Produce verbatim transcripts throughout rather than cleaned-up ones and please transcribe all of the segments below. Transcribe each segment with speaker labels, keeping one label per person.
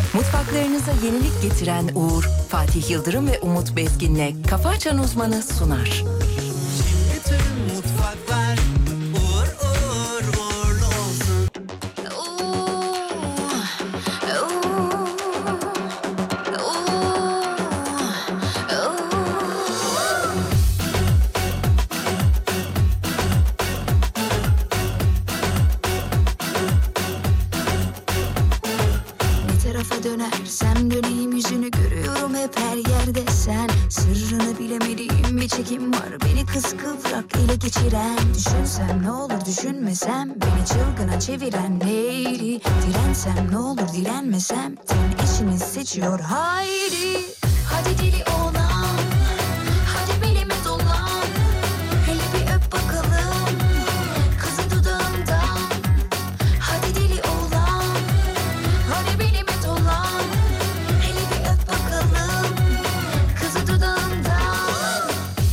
Speaker 1: Mutfaklarınıza yenilik getiren Uğur, Fatih Yıldırım ve Umut Bezgin'le Kafa Açan Uzmanı sunar.
Speaker 2: Şimdi tüm mutfaklar uğur uğur uğurlu olsun.
Speaker 3: Dönersem döneyim yüzünü görüyorum hep her yerde sen. Sırrını bilemediğim bir çekim var beni kıskıvrak ele geçiren. Düşünsem ne olur düşünmesem beni çılgına çeviren neydi? Dirensem ne olur direnmesem ten işini seçiyor haydi. Hadi deli olan, hadi belime dolan, hele bir öp bakalım kızı dudağından. Hadi deli olan, hadi belime dolan, hele bir öp bakalım kızı dudağından.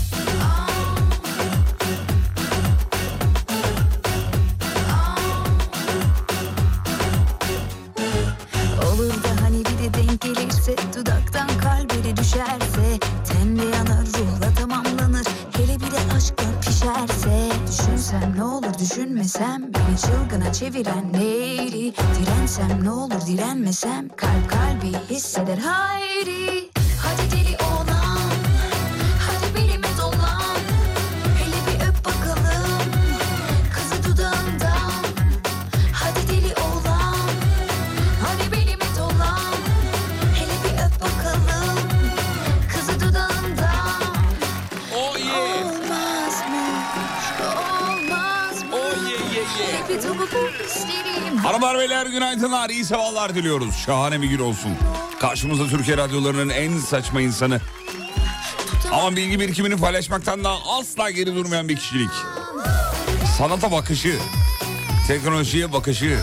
Speaker 3: Olur da hani bir de denk gelirse, dudaktan kalbine düşerse, tenle yanar ruhla tamamlanır, hele bir de aşkla pişerse. Düşünsem ne olur düşünmesem beni çılgına çeviren neydi? Dirensem ne olur direnmesem kalp kalbi hisseder haydi. Hadi deli olan, hadi belime dolan, hele bir öp bakalım kızı dudağından. Hadi deli olan, hadi belime dolan, hele bir öp bakalım kızı dudağından.
Speaker 4: Oh yeah.
Speaker 3: Olmaz mı? Olmaz mı?
Speaker 4: Oh yeah yeah yeah.
Speaker 3: Hele bir topuk isterim.
Speaker 4: Hanımlar beyler günaydınlar, iyi sabahlar diliyoruz. Şahane bir gün olsun. Karşımızda Türkiye radyolarının en saçma insanı. Ama bilgi birikimini paylaşmaktan da asla geri durmayan bir kişilik. Sanata bakışı, teknolojiye bakışı,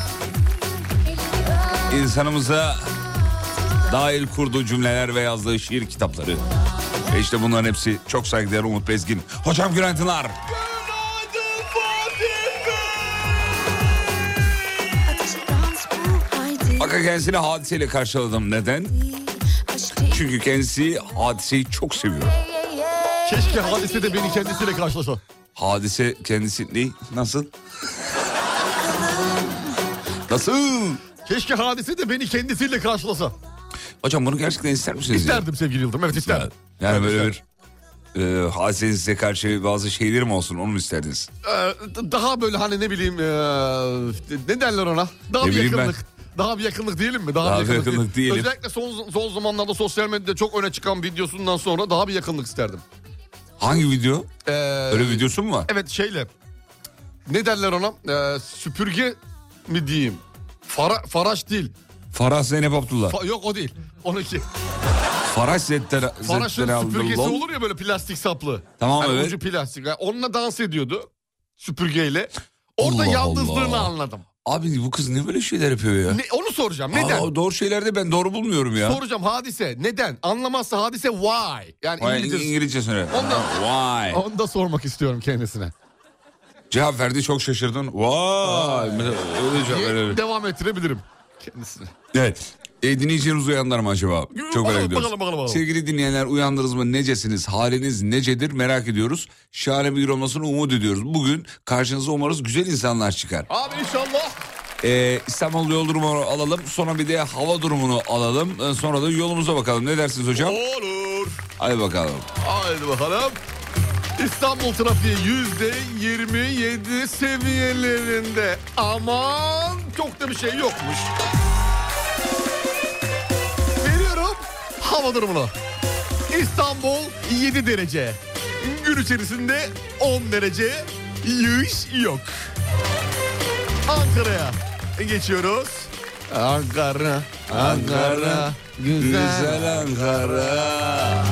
Speaker 4: insanımıza dair kurduğu cümleler ve yazdığı şiir kitapları. E işte bunların hepsi çok saygıdeğer Umut Bezgin. Hocam günaydınlar. Bakın kendisini Hadise'yle karşıladım. Neden? Çünkü kendisi Hadise'yi çok seviyor.
Speaker 5: Keşke Hadise de beni kendisiyle karşılasa.
Speaker 4: Hadise kendisi ne? Nasıl? Nasıl?
Speaker 5: Keşke Hadise de beni kendisiyle karşılasa.
Speaker 4: Hocam bunu gerçekten ister misiniz?
Speaker 5: İsterdim ya? Sevgili Yıldırım. Evet isterdim.
Speaker 4: Yani
Speaker 5: evet,
Speaker 4: böyle
Speaker 5: isterdim.
Speaker 4: bir e, Hadise'nin size karşı bazı şeylerim olsun, onu mu isterdiniz?
Speaker 5: Ee, daha böyle hani ne bileyim ee, ne derler ona? Daha
Speaker 4: Ne
Speaker 5: bir
Speaker 4: bileyim
Speaker 5: yakınlık.
Speaker 4: ben.
Speaker 5: Daha bir yakınlık diyelim mi? Daha,
Speaker 4: Daha
Speaker 5: bir yakınlık,
Speaker 4: bir yakınlık diyelim.
Speaker 5: Özellikle son, son zamanlarda sosyal medyada çok öne çıkan videosundan sonra daha bir yakınlık isterdim.
Speaker 4: Hangi video?
Speaker 5: Ee,
Speaker 4: Öyle videosu mu var?
Speaker 5: Evet şeyle. Ne derler ona? Ee, süpürge mi diyeyim? Fara, Faraş değil.
Speaker 4: Farah Zeynep Abdullah.
Speaker 5: Fa, yok o değil. Onunki.
Speaker 4: Faraş Zettera.
Speaker 5: Faraş'ın süpürgesi olur ya böyle plastik saplı.
Speaker 4: Tamam
Speaker 5: yani
Speaker 4: evet.
Speaker 5: Ucu plastik. Yani onunla dans ediyordu. Süpürgeyle. Orada
Speaker 4: Allah
Speaker 5: yalnızlığını
Speaker 4: Allah.
Speaker 5: anladım.
Speaker 4: Abi bu kız ne böyle şeyler yapıyor ya?
Speaker 5: Ne, onu soracağım. Neden?
Speaker 4: Aa, doğru şeylerde ben doğru bulmuyorum ya.
Speaker 5: Soracağım Hadise. Neden? Anlamazsa Hadise why? Yani
Speaker 4: Vay,
Speaker 5: İngilizce.
Speaker 4: İngilizce söyle.
Speaker 5: Ondan-
Speaker 4: Vay.
Speaker 5: Onu da sormak istiyorum kendisine.
Speaker 4: Cevap verdi, çok şaşırdın. Vay. Mesela öyle cevap verelim.
Speaker 5: Devam ettirebilirim kendisine.
Speaker 4: Evet. E, dinleyicileriniz uyandılar mı acaba? Çok
Speaker 5: Bakalım,
Speaker 4: merak ediyoruz.
Speaker 5: bakalım, bakalım, bakalım.
Speaker 4: Sevgili dinleyenler, uyandınız mı? Necesiniz? Haliniz necedir? Merak ediyoruz. Şahane bir gün olmasını umut ediyoruz. Bugün karşınıza umarız güzel insanlar çıkar.
Speaker 5: Abi inşallah.
Speaker 4: Ee, İstanbul yol durumunu alalım. Sonra bir de hava durumunu alalım. Ee, Sonra da yolumuza bakalım. Ne dersiniz hocam?
Speaker 5: Olur.
Speaker 4: Hadi bakalım.
Speaker 5: Haydi bakalım. İstanbul trafiği yüzde yirmi yedi seviyelerinde. Aman çok da bir şey yokmuş. Veriyorum hava durumunu. İstanbul yedi derece. Gün içerisinde on derece. Yağış yok. Ankara'ya geçiyoruz. Ankara, Ankara, güzel.
Speaker 4: Güzel Ankara.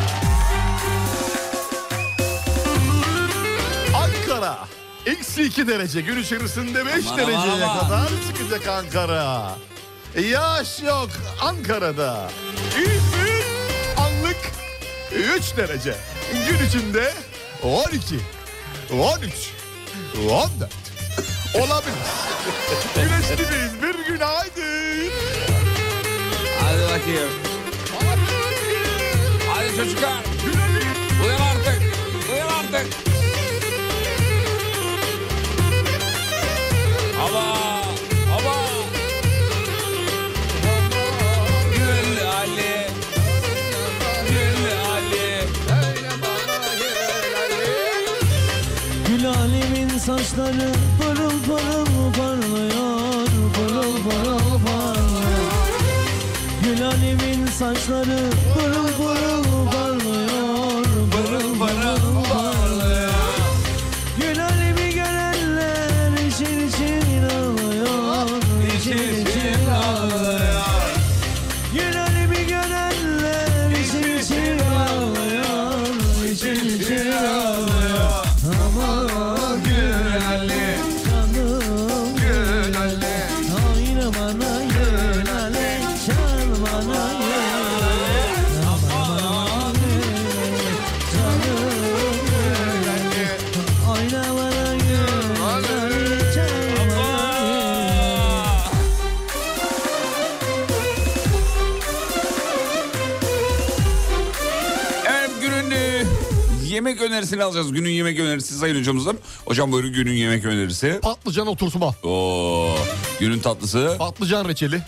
Speaker 5: Ankara eksi iki derece, gün içerisinde beş
Speaker 4: Aman,
Speaker 5: dereceye
Speaker 4: aman,
Speaker 5: kadar çıkacak Ankara. Yağış yok Ankara'da. İzmir anlık üç derece. Gün içinde on iki, on üç, on dört olabilir. Güneşli bir İzmir, günaydın.
Speaker 4: Hadi bakayım. Hadi çocuklar. Uyan artık. Uyan artık. Hava. Hava. Gül Ali. Gül Ali.
Speaker 6: Gül Ali'min saçları pırıl pırıl parlıyor, pırıl pırıl parlıyor. Gül Ali'min saçları pırıl pırıl parlıyor, pırıl pırıl parlıyor. Gül Ali'mi görenler için için ağlıyor, için için ağlıyor. Gül Ali'mi görenler için için ağlıyor, için için ağlıyor. Aman Gül Ali, canım Gül Ali, oyna bana Gül Ali, çal bana Gül Ali. Aman Gül Ali, canım Gül Ali, oyna bana Gül Ali, çal bana
Speaker 4: Evet, günün e, yemek önerisini alacağız. Günün yemek önerisi Sayın Hocamızdan. Hocam buyurun, günün yemek önerisi.
Speaker 5: Patlıcan oturtma.
Speaker 4: Oo, günün tatlısı.
Speaker 5: Patlıcan reçeli.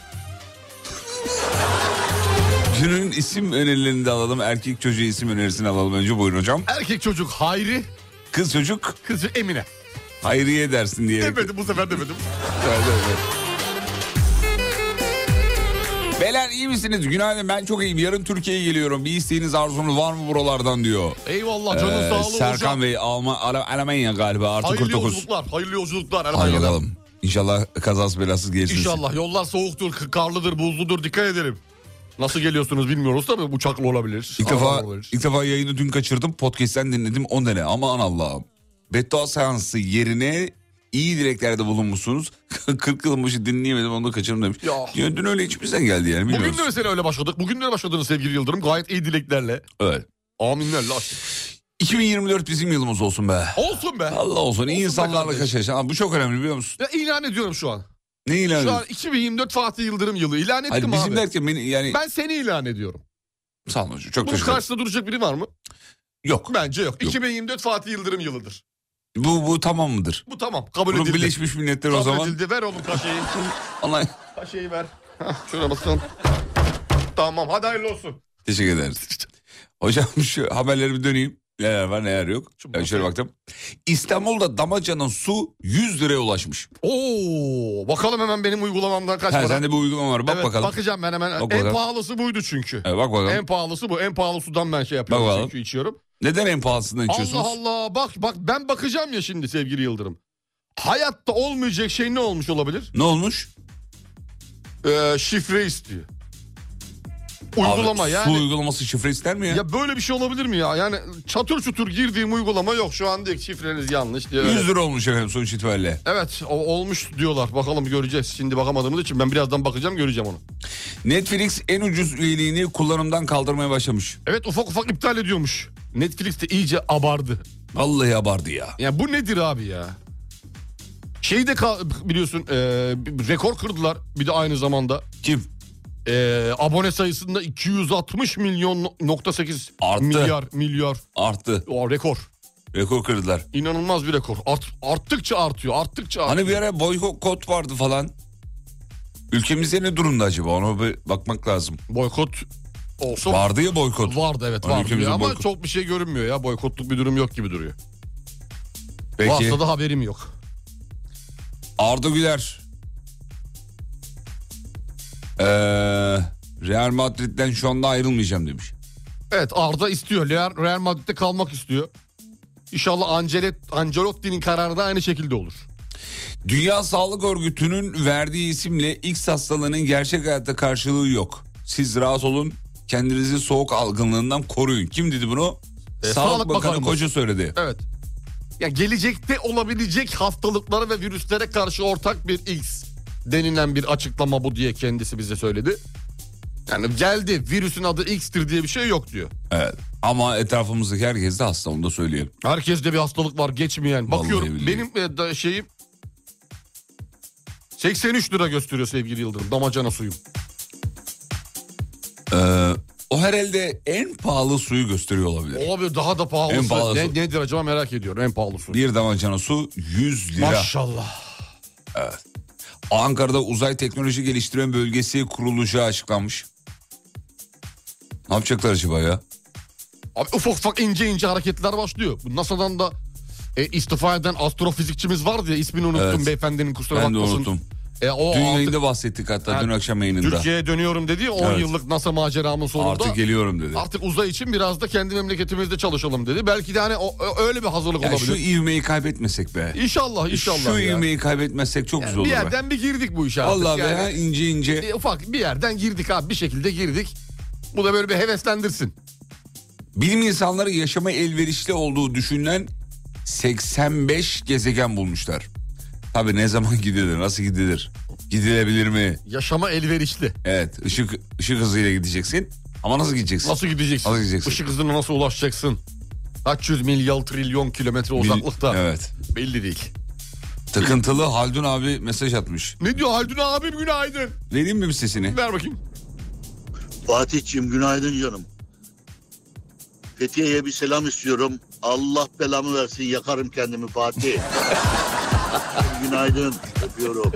Speaker 4: Günün isim önerilerini de alalım. Erkek çocuğu isim önerisini alalım önce, buyurun hocam.
Speaker 5: Erkek çocuk Hayri.
Speaker 4: Kız çocuk
Speaker 5: Kız Emine.
Speaker 4: Hayriye dersin diye.
Speaker 5: Demedim, bu sefer demedim.
Speaker 4: Evet, evet, evet. Beyler iyi misiniz? Günaydın, ben çok iyiyim. Yarın Türkiye'ye geliyorum. Bir isteğiniz, arzunuz var mı buralardan diyor.
Speaker 5: Eyvallah, canın
Speaker 4: Ee,
Speaker 5: sağ olun
Speaker 4: Serkan
Speaker 5: hocam.
Speaker 4: Bey Alman, Ala- Almanya galiba artı
Speaker 5: Hayırlı
Speaker 4: kırk dokuz.
Speaker 5: yolculuklar, hayırlı yolculuklar.
Speaker 4: Hadi
Speaker 5: Almanya'dan.
Speaker 4: bakalım. İnşallah kazasız belasız gelirsiniz.
Speaker 5: İnşallah, yollar soğuktur, k- karlıdır, buzludur, dikkat edelim. Nasıl geliyorsunuz bilmiyoruz tabii, uçakla olabilir.
Speaker 4: İlk defa,
Speaker 5: arabayla olabilir.
Speaker 4: ilk defa yayını dün kaçırdım. Podcast'ten dinledim on tane. Aman Allah'ım. Beddua seansı yerine iyi dileklerde bulunmuşsunuz. kırk yılın başı dinleyemedim, onu da kaçırdım demiş.
Speaker 5: Ya.
Speaker 4: Ya dün öyle içimizden geldi yani, bilmiyoruz.
Speaker 5: Bugün de mesela öyle başladık. Bugün de öyle başladınız sevgili Yıldırım. Gayet iyi dileklerle.
Speaker 4: Evet.
Speaker 5: Aminlerle açtık.
Speaker 4: iki bin yirmi dört bizim yılımız olsun be.
Speaker 5: Olsun be.
Speaker 4: Allah olsun. İyi
Speaker 5: Olsun be
Speaker 4: insanlarla
Speaker 5: kardeşim.
Speaker 4: karşılaşalım. Bu çok önemli, biliyor musun?
Speaker 5: Ya ilan ediyorum şu an.
Speaker 4: Ne ilan
Speaker 5: Şu an
Speaker 4: ediyorsun?
Speaker 5: iki bin yirmi dört Fatih Yıldırım yılı. İlan ettim
Speaker 4: Hayır,
Speaker 5: abi.
Speaker 4: bizim derken beni yani...
Speaker 5: Ben seni ilan ediyorum.
Speaker 4: Sağ olun hocam, çok
Speaker 5: Bunun
Speaker 4: teşekkür ederim.
Speaker 5: karşısında duracak biri var mı?
Speaker 4: Yok.
Speaker 5: Bence yok.
Speaker 4: Yok.
Speaker 5: iki bin yirmi dört Fatih Yıldırım yılıdır.
Speaker 4: Bu, bu tamam mıdır?
Speaker 5: Bu tamam. Kabul
Speaker 4: Bunun
Speaker 5: edildi.
Speaker 4: Birleşmiş Milletler
Speaker 5: Kabul
Speaker 4: o zaman.
Speaker 5: edildi. Ver oğlum kaşeyi.
Speaker 4: Allah...
Speaker 5: Kaşeyi ver. Hah, şuna basın. Tamam, hadi hayırlı olsun.
Speaker 4: Teşekkür ederiz. Hocam şu haberlere bir döneyim. Neler var neler yok.
Speaker 5: Şu
Speaker 4: Ben şöyle baktım. İstanbul'da damacanın su yüz liraya ulaşmış.
Speaker 5: Oo, bakalım hemen benim uygulamamdan kaç
Speaker 4: Ha,
Speaker 5: para.
Speaker 4: sende bir uygulama var, bak
Speaker 5: Evet,
Speaker 4: bakalım.
Speaker 5: bakacağım ben hemen.
Speaker 4: Bak
Speaker 5: en
Speaker 4: bakalım.
Speaker 5: pahalısı buydu çünkü.
Speaker 4: Evet, bak bakalım.
Speaker 5: En pahalısı bu. En pahalı sudan ben şey yapıyorum
Speaker 4: Bak bakalım.
Speaker 5: çünkü içiyorum.
Speaker 4: Neden en pahalısından içiyorsunuz?
Speaker 5: Allah Allah, bak bak ben bakacağım ya şimdi sevgili Yıldırım. Hayatta olmayacak şey ne olmuş olabilir?
Speaker 4: Ne olmuş?
Speaker 5: Ee, şifre istiyor. Uygulama
Speaker 4: Abi,
Speaker 5: yani.
Speaker 4: Su uygulaması şifre ister mi ya?
Speaker 5: Ya böyle bir şey olabilir mi ya? Yani çatır çutur girdiğim uygulama yok. Şu an diyor ki şifreniz yanlış diyor.
Speaker 4: yüz lira olmuş efendim sonuç itibariyle.
Speaker 5: Evet, o, olmuş diyorlar. Bakalım göreceğiz. Şimdi bakamadığımız için ben birazdan bakacağım, göreceğim onu.
Speaker 4: Netflix en ucuz üyeliğini kullanımdan kaldırmaya başlamış.
Speaker 5: Evet, ufak ufak iptal ediyormuş. Netflix de iyice abardı.
Speaker 4: Vallahi abardı ya.
Speaker 5: Ya bu nedir abi ya? Şeyde kal- biliyorsun e, bir rekor kırdılar bir de aynı zamanda.
Speaker 4: Kim?
Speaker 5: E, abone sayısında iki yüz altmış milyon nokta sekiz
Speaker 4: Arttı.
Speaker 5: milyar milyar.
Speaker 4: Arttı.
Speaker 5: O rekor.
Speaker 4: Rekor kırdılar.
Speaker 5: İnanılmaz bir rekor. Art, arttıkça artıyor, arttıkça artıyor.
Speaker 4: Hani bir ara boykot vardı falan. Ülkemizde ne durumda acaba? Ona bir bakmak lazım.
Speaker 5: Boykot olsa
Speaker 4: Vardı ya boykot.
Speaker 5: vardı evet
Speaker 4: Hani
Speaker 5: vardı
Speaker 4: ülkemizde
Speaker 5: ya, ama
Speaker 4: boykot.
Speaker 5: çok bir şey görünmüyor ya. Boykotluk bir durum yok gibi duruyor.
Speaker 4: Peki.
Speaker 5: Varsa da haberim yok.
Speaker 4: Arda Güler. Ee, Real Madrid'den şu anda ayrılmayacağım demiş.
Speaker 5: Evet, Arda istiyor. Real, Real Madrid'de kalmak istiyor. İnşallah Ancelet, Ancelotti'nin kararı da aynı şekilde olur.
Speaker 4: Dünya Sağlık Örgütü'nün verdiği isimle X hastalığının gerçek hayatta karşılığı yok. Siz rahat olun, kendinizi soğuk algınlığından koruyun. Kim dedi bunu?
Speaker 5: E,
Speaker 4: Sağlık,
Speaker 5: Sağlık
Speaker 4: Bakanı
Speaker 5: Bakanımız.
Speaker 4: Koca söyledi.
Speaker 5: Evet. Ya gelecekte olabilecek hastalıklara ve virüslere karşı ortak bir X denilen bir açıklama bu diye kendisi bize söyledi. Yani geldi, virüsün adı X'tir diye bir şey yok diyor.
Speaker 4: Evet. Ama etrafımızdaki herkes de hasta, onu da söyleyelim.
Speaker 5: Herkeste bir hastalık var geçmeyen.
Speaker 4: Vallahi
Speaker 5: Bakıyorum
Speaker 4: billahi.
Speaker 5: benim e, da, şeyim seksen üç lira gösteriyor sevgili Yıldırım, damacana suyum.
Speaker 4: Ee, o herhalde en pahalı suyu gösteriyor olabilir.
Speaker 5: Olabilir, daha da pahalısı.
Speaker 4: En pahalısı.
Speaker 5: Ne, nedir acaba merak ediyorum, en pahalı su.
Speaker 4: Bir damacana su yüz lira.
Speaker 5: Maşallah.
Speaker 4: Evet. Ankara'da uzay teknoloji geliştirme bölgesi kurulacağı açıklanmış. Ne yapacaklar acaba ya?
Speaker 5: Abi ufak ufak ince ince hareketler başlıyor. Bu NASA'dan da e, istifa eden astrofizikçimiz vardı ya, ismini unuttum
Speaker 4: Evet.
Speaker 5: beyefendinin, kusura
Speaker 4: Ben de
Speaker 5: bakmasın.
Speaker 4: unuttum.
Speaker 5: E, o
Speaker 4: Dün
Speaker 5: artık,
Speaker 4: yayında bahsettik hatta,
Speaker 5: Yani
Speaker 4: dün akşam yayınında.
Speaker 5: Türkiye'ye dönüyorum dedi ya, on
Speaker 4: Evet.
Speaker 5: yıllık NASA maceramın sonunda.
Speaker 4: Artık geliyorum dedi.
Speaker 5: Artık uzay için biraz da kendi memleketimizde çalışalım dedi. Belki de hani o, öyle bir hazırlık
Speaker 4: Ya
Speaker 5: olabilir.
Speaker 4: şu ivmeyi kaybetmesek be.
Speaker 5: İnşallah inşallah
Speaker 4: Şu
Speaker 5: ya.
Speaker 4: ivmeyi kaybetmezsek çok güzel
Speaker 5: Yani
Speaker 4: olur
Speaker 5: bir
Speaker 4: be.
Speaker 5: yerden bir girdik bu işe artık.
Speaker 4: Vallahi be
Speaker 5: yani,
Speaker 4: ya, ince ince.
Speaker 5: bir ufak bir yerden girdik abi, bir şekilde girdik. Bu da böyle bir heveslendirsin.
Speaker 4: Bilim insanları yaşama elverişli olduğu düşünülen seksen beş gezegen bulmuşlar. Tabii ne zaman gidilir, nasıl gidilir? Gidilebilir mi?
Speaker 5: Yaşama elverişli.
Speaker 4: Evet, ışık ışık hızıyla gideceksin. Ama nasıl gideceksin?
Speaker 5: Nasıl gideceksin?
Speaker 4: Nasıl gideceksin?
Speaker 5: Işık hızına nasıl ulaşacaksın? Kaç yüz milyar trilyon kilometre
Speaker 4: Bil-
Speaker 5: uzaklıkta.
Speaker 4: Evet.
Speaker 5: Belli değil.
Speaker 4: Takıntılı Haldun abi mesaj atmış.
Speaker 5: Ne diyor Haldun abim, günaydın.
Speaker 4: Vereyim mi bir sesini?
Speaker 5: Ver bakayım.
Speaker 7: Fatih'ciğim günaydın canım. Fethiye'ye bir selam istiyorum. Allah belamı versin, yakarım kendimi Fatih. Günaydın, öpüyorum.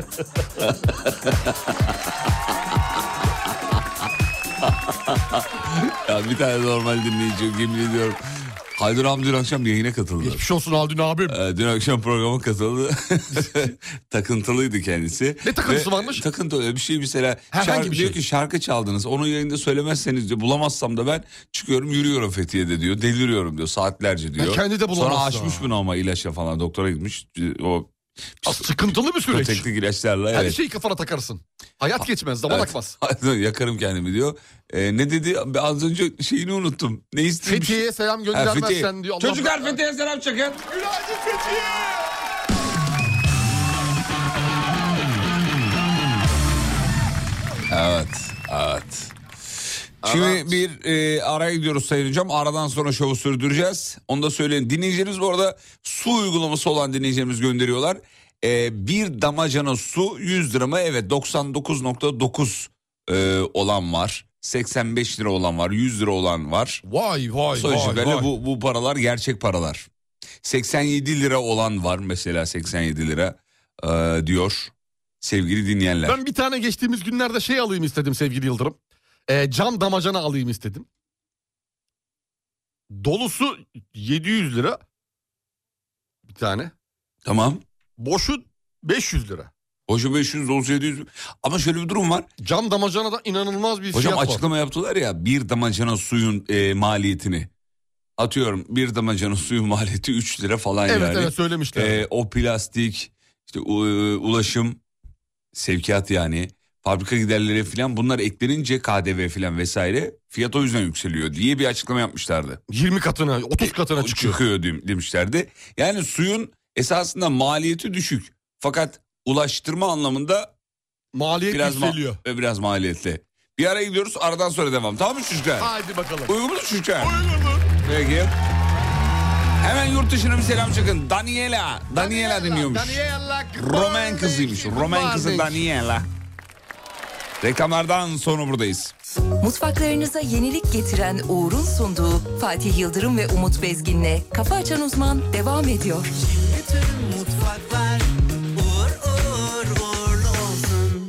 Speaker 4: Ya bir tane normal dinleyici yok, yemin ediyorum. Haldun abi dün akşam yayına katıldı.
Speaker 5: Geçmiş olsun Haldun abim.
Speaker 4: Ee, dün akşam programa katıldı. Takıntılıydı kendisi.
Speaker 5: Ne takıntısı
Speaker 4: Ve
Speaker 5: varmış?
Speaker 4: Takıntı öyle bir şey mesela.
Speaker 5: Herhangi
Speaker 4: Şarkı,
Speaker 5: bir
Speaker 4: diyor
Speaker 5: şey.
Speaker 4: ki şarkı çaldınız. Onu yayında söylemezseniz diyor, bulamazsam da ben çıkıyorum yürüyorum Fethiye'de diyor. Deliriyorum diyor saatlerce diyor.
Speaker 5: Ya kendi de bulamazsa.
Speaker 4: Sonra açmış bunu ama ilaçla falan, doktora gitmiş. O
Speaker 5: Aa, sıkıntılı bir süreç.
Speaker 4: teknik ilaçlarla,
Speaker 5: Her
Speaker 4: evet.
Speaker 5: şeyi kafana takarsın. Hayat geçmez, zaman
Speaker 4: Evet.
Speaker 5: akmaz.
Speaker 4: Yakarım kendimi diyor. Ee, ne dedi? Ben az önce şeyini unuttum. Ne istemiş?
Speaker 5: Fethiye'ye selam
Speaker 4: Ha,
Speaker 5: göndermezsen
Speaker 4: Fethiye.
Speaker 5: diyor. Allah
Speaker 4: Çocuklar
Speaker 5: Allah.
Speaker 4: Fethiye'ye selam çakın.
Speaker 5: Günaydın Fethiye.
Speaker 4: Evet, evet. Şimdi
Speaker 5: Evet.
Speaker 4: bir e, araya gidiyoruz Sayın Hocam. Aradan sonra şovu sürdüreceğiz. Onu da söyleyin. Dinleyicilerimiz bu arada su uygulaması olan dinleyicilerimiz gönderiyorlar. E, bir damacana su yüz lira mı? Evet, doksan dokuz nokta dokuz e, olan var. seksen beş lira olan var. yüz lira olan var.
Speaker 5: Vay vay
Speaker 4: Sonuç
Speaker 5: vay
Speaker 4: itibariyle
Speaker 5: vay.
Speaker 4: bu, bu paralar gerçek paralar. seksen yedi lira olan var mesela, seksen yedi lira e, diyor sevgili dinleyenler.
Speaker 5: Ben bir tane geçtiğimiz günlerde şey alayım istedim sevgili Yıldırım. Ee, cam damacana alayım istedim. Dolusu yedi yüz lira. Bir tane.
Speaker 4: Tamam.
Speaker 5: Boşu beş yüz lira.
Speaker 4: Hoca beş yüz, dolusu yedi yüz. Ama şöyle bir durum var.
Speaker 5: Cam damacana da inanılmaz bir
Speaker 4: Hocam
Speaker 5: fiyat var.
Speaker 4: açıklama yaptılar ya, bir damacana suyun e, maliyetini. Atıyorum bir damacana suyun maliyeti üç lira falan
Speaker 5: Evet
Speaker 4: yani.
Speaker 5: evet söylemişler.
Speaker 4: E, o plastik, işte u- ulaşım, sevkiyat yani, fabrika giderleri falan, bunlar eklenince K D V falan vesaire, fiyat o yüzden yükseliyor diye bir açıklama yapmışlardı.
Speaker 5: yirmi katına otuz katına
Speaker 4: O
Speaker 5: çıkıyor.
Speaker 4: çıkıyor dem- demişlerdi. Yani suyun esasında maliyeti düşük. Fakat ulaştırma anlamında
Speaker 5: Maliyet
Speaker 4: biraz, ma-
Speaker 5: yükseliyor.
Speaker 4: e, biraz maliyetli. Bir ara gidiyoruz, aradan sonra devam. Tamam mı çocuklar?
Speaker 5: Haydi bakalım.
Speaker 4: Uygun mu çocuklar?
Speaker 5: Uygun.
Speaker 4: Peki. Hemen yurt dışına bir selam çakın. Daniela. Daniela dinliyormuş.
Speaker 5: Daniela.
Speaker 4: Roman kızıymış. Roman kızı Daniela. Reklamlardan sonra buradayız.
Speaker 1: Mutfaklarınıza yenilik getiren Uğur'un sunduğu Fatih Yıldırım ve Umut Bezgin'le Kafa Açan Uzman devam ediyor.
Speaker 2: Bütün mutfaklar uğur uğur uğurlu olsun.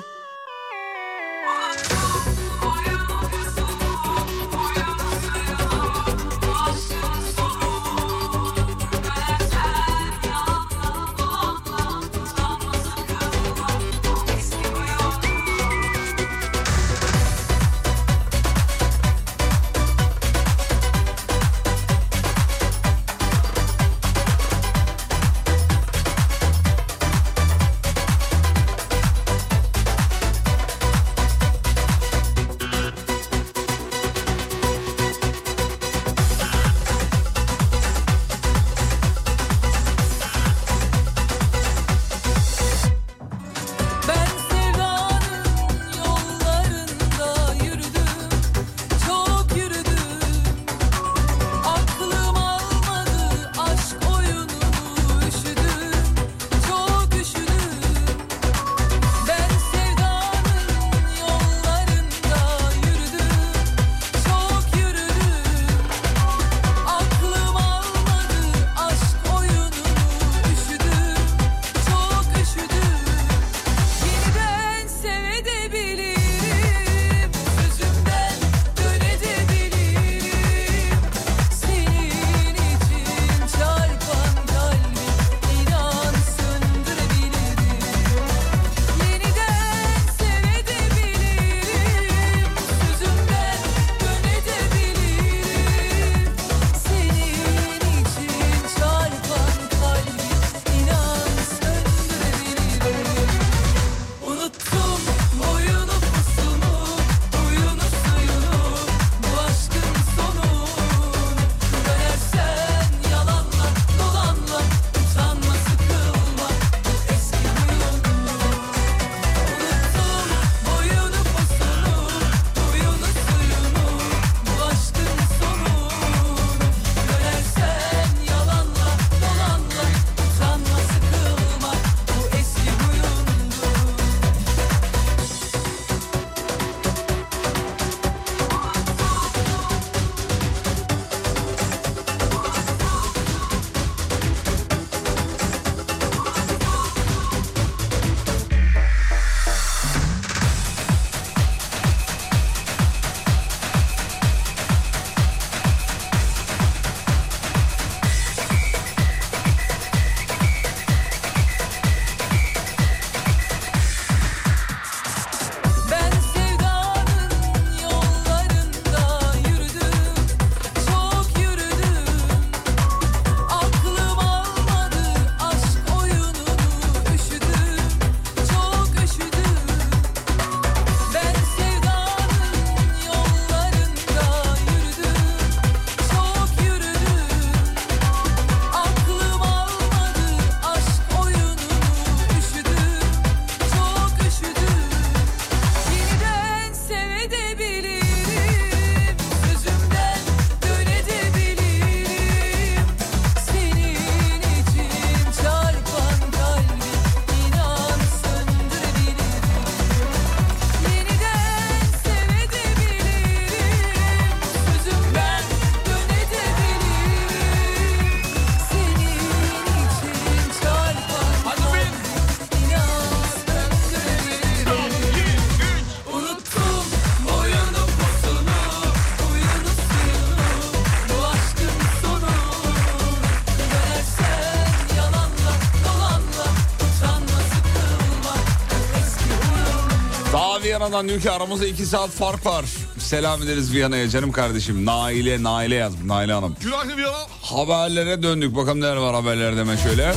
Speaker 4: Viyana'dan diyor ki aramızda iki saat fark var. Selam ederiz Viyana'ya canım kardeşim. Naile, Naile yazmış. Naile Hanım.
Speaker 5: Günaydın Viyana.
Speaker 4: Haberlere döndük. Bakalım neler var haberlerde hemen şöyle.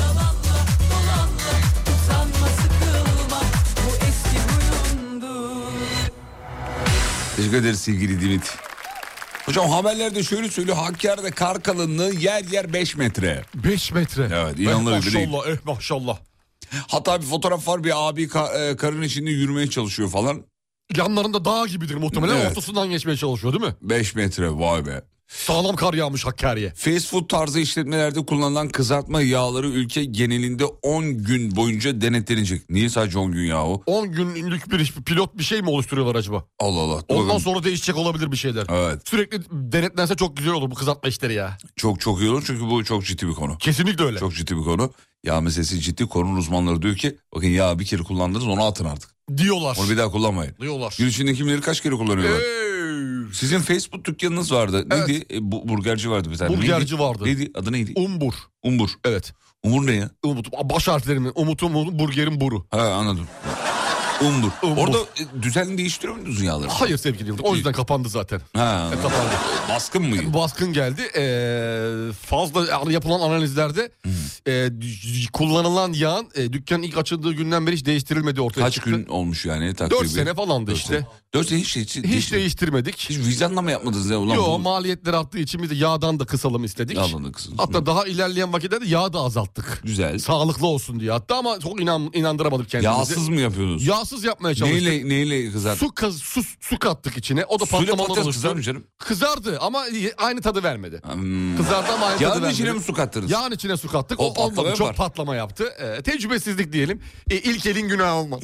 Speaker 4: Teşekkür ederiz sevgili Dimit. Hocam haberlerde şöyle söylüyor. Hakkari'de kar kalınlığı yer yer beş metre.
Speaker 5: beş metre.
Speaker 4: Evet, inanılır
Speaker 5: eh,
Speaker 4: gibi değil.
Speaker 5: Maşallah eh maşallah.
Speaker 4: Hatta bir fotoğraf var, bir abi ka- karın içinde yürümeye çalışıyor falan.
Speaker 5: Yanlarında dağ gibidir muhtemelen,
Speaker 4: Evet.
Speaker 5: ortasından geçmeye çalışıyor değil mi?
Speaker 4: beş metre, vay be.
Speaker 5: Sağlam kar yağmış Hakkari'ye.
Speaker 4: Fast food tarzı işletmelerde kullanılan kızartma yağları ülke genelinde on gün boyunca denetlenecek. Niye sadece on gün yahu?
Speaker 5: on günlük bir pilot bir şey mi oluşturuyorlar acaba?
Speaker 4: Allah Allah.
Speaker 5: Ondan
Speaker 4: Bakın.
Speaker 5: sonra değişecek olabilir bir şeyler.
Speaker 4: Evet.
Speaker 5: Sürekli denetlense çok güzel olur bu kızartma işleri ya.
Speaker 4: Çok çok iyi olur çünkü bu çok ciddi bir konu.
Speaker 5: Kesinlikle öyle.
Speaker 4: Çok ciddi bir konu. Yağ meselesi ciddi. Konunun uzmanları diyor ki bakın yağ bir kere kullandınız, onu atın artık.
Speaker 5: Diyorlar.
Speaker 4: Onu bir daha kullanmayın.
Speaker 5: Diyorlar.
Speaker 4: Gün içinde kim bilir kaç kere kullanıyorlar.
Speaker 5: Hey.
Speaker 4: Sizin Facebook dükkanınız vardı.
Speaker 5: Evet.
Speaker 4: Neydi? E, bu, burgerci vardı bir tane.
Speaker 5: Burgerci
Speaker 4: neydi?
Speaker 5: vardı.
Speaker 4: Neydi? Adı neydi?
Speaker 5: Umbur.
Speaker 4: Umbur.
Speaker 5: Evet.
Speaker 4: Umbur ne ya?
Speaker 5: Umut. Baş harflerimin. Umut'un burgerin buru.
Speaker 4: Ha, anladım. Umbur.
Speaker 5: Umbur.
Speaker 4: Orada e, düzenli değiştiriyor muydunuz yağları?
Speaker 5: Hayır sevgili Yıldırım. O yüzden kapandı zaten.
Speaker 4: Ha.
Speaker 5: E, kapandı.
Speaker 4: Baskın mıydı?
Speaker 5: Baskın geldi. Ee, fazla yapılan analizlerde e, d- kullanılan yağın e, dükkanın ilk açıldığı günden beri hiç değiştirilmediği ortaya
Speaker 4: Kaç
Speaker 5: çıktı.
Speaker 4: gün olmuş yani takribi?
Speaker 5: Dört sene falandı
Speaker 4: Dört
Speaker 5: işte.
Speaker 4: sene. Dört sene hiç, hiç,
Speaker 5: Hiç
Speaker 4: hiç,
Speaker 5: değiştirmedik.
Speaker 4: hiç vicdanla mı yapmadınız ya? Ulan
Speaker 5: Yo,
Speaker 4: bu-
Speaker 5: maliyetler arttığı için biz de yağdan da kısalım istedik.
Speaker 4: Yağdan da kısalım.
Speaker 5: Hatta daha ilerleyen vakitlerde yağ da azalttık.
Speaker 4: Güzel.
Speaker 5: Sağlıklı olsun diye hatta, ama çok inan, inandıramadık kendimizi.
Speaker 4: Yağsız mı yapıyorsunuz?
Speaker 5: Yağsız yapmaya çalıştık.
Speaker 4: Neyle, neyle kızart?
Speaker 5: Su, kaz, su, su kattık içine. O da
Speaker 4: Suyla
Speaker 5: patlamalar
Speaker 4: patates
Speaker 5: oluştu.
Speaker 4: kızar mı canım?
Speaker 5: Kızardı ama aynı tadı vermedi.
Speaker 4: Hmm.
Speaker 5: Kızardı ama aynı tadı
Speaker 4: Yağın
Speaker 5: vermedi.
Speaker 4: içine mi su kattınız?
Speaker 5: Yağın içine su kattık.
Speaker 4: O
Speaker 5: O,
Speaker 4: patlama
Speaker 5: olmadı. Çok
Speaker 4: yapar.
Speaker 5: patlama yaptı. Ee, tecrübesizlik diyelim. E, ilk elin günahı olmaz.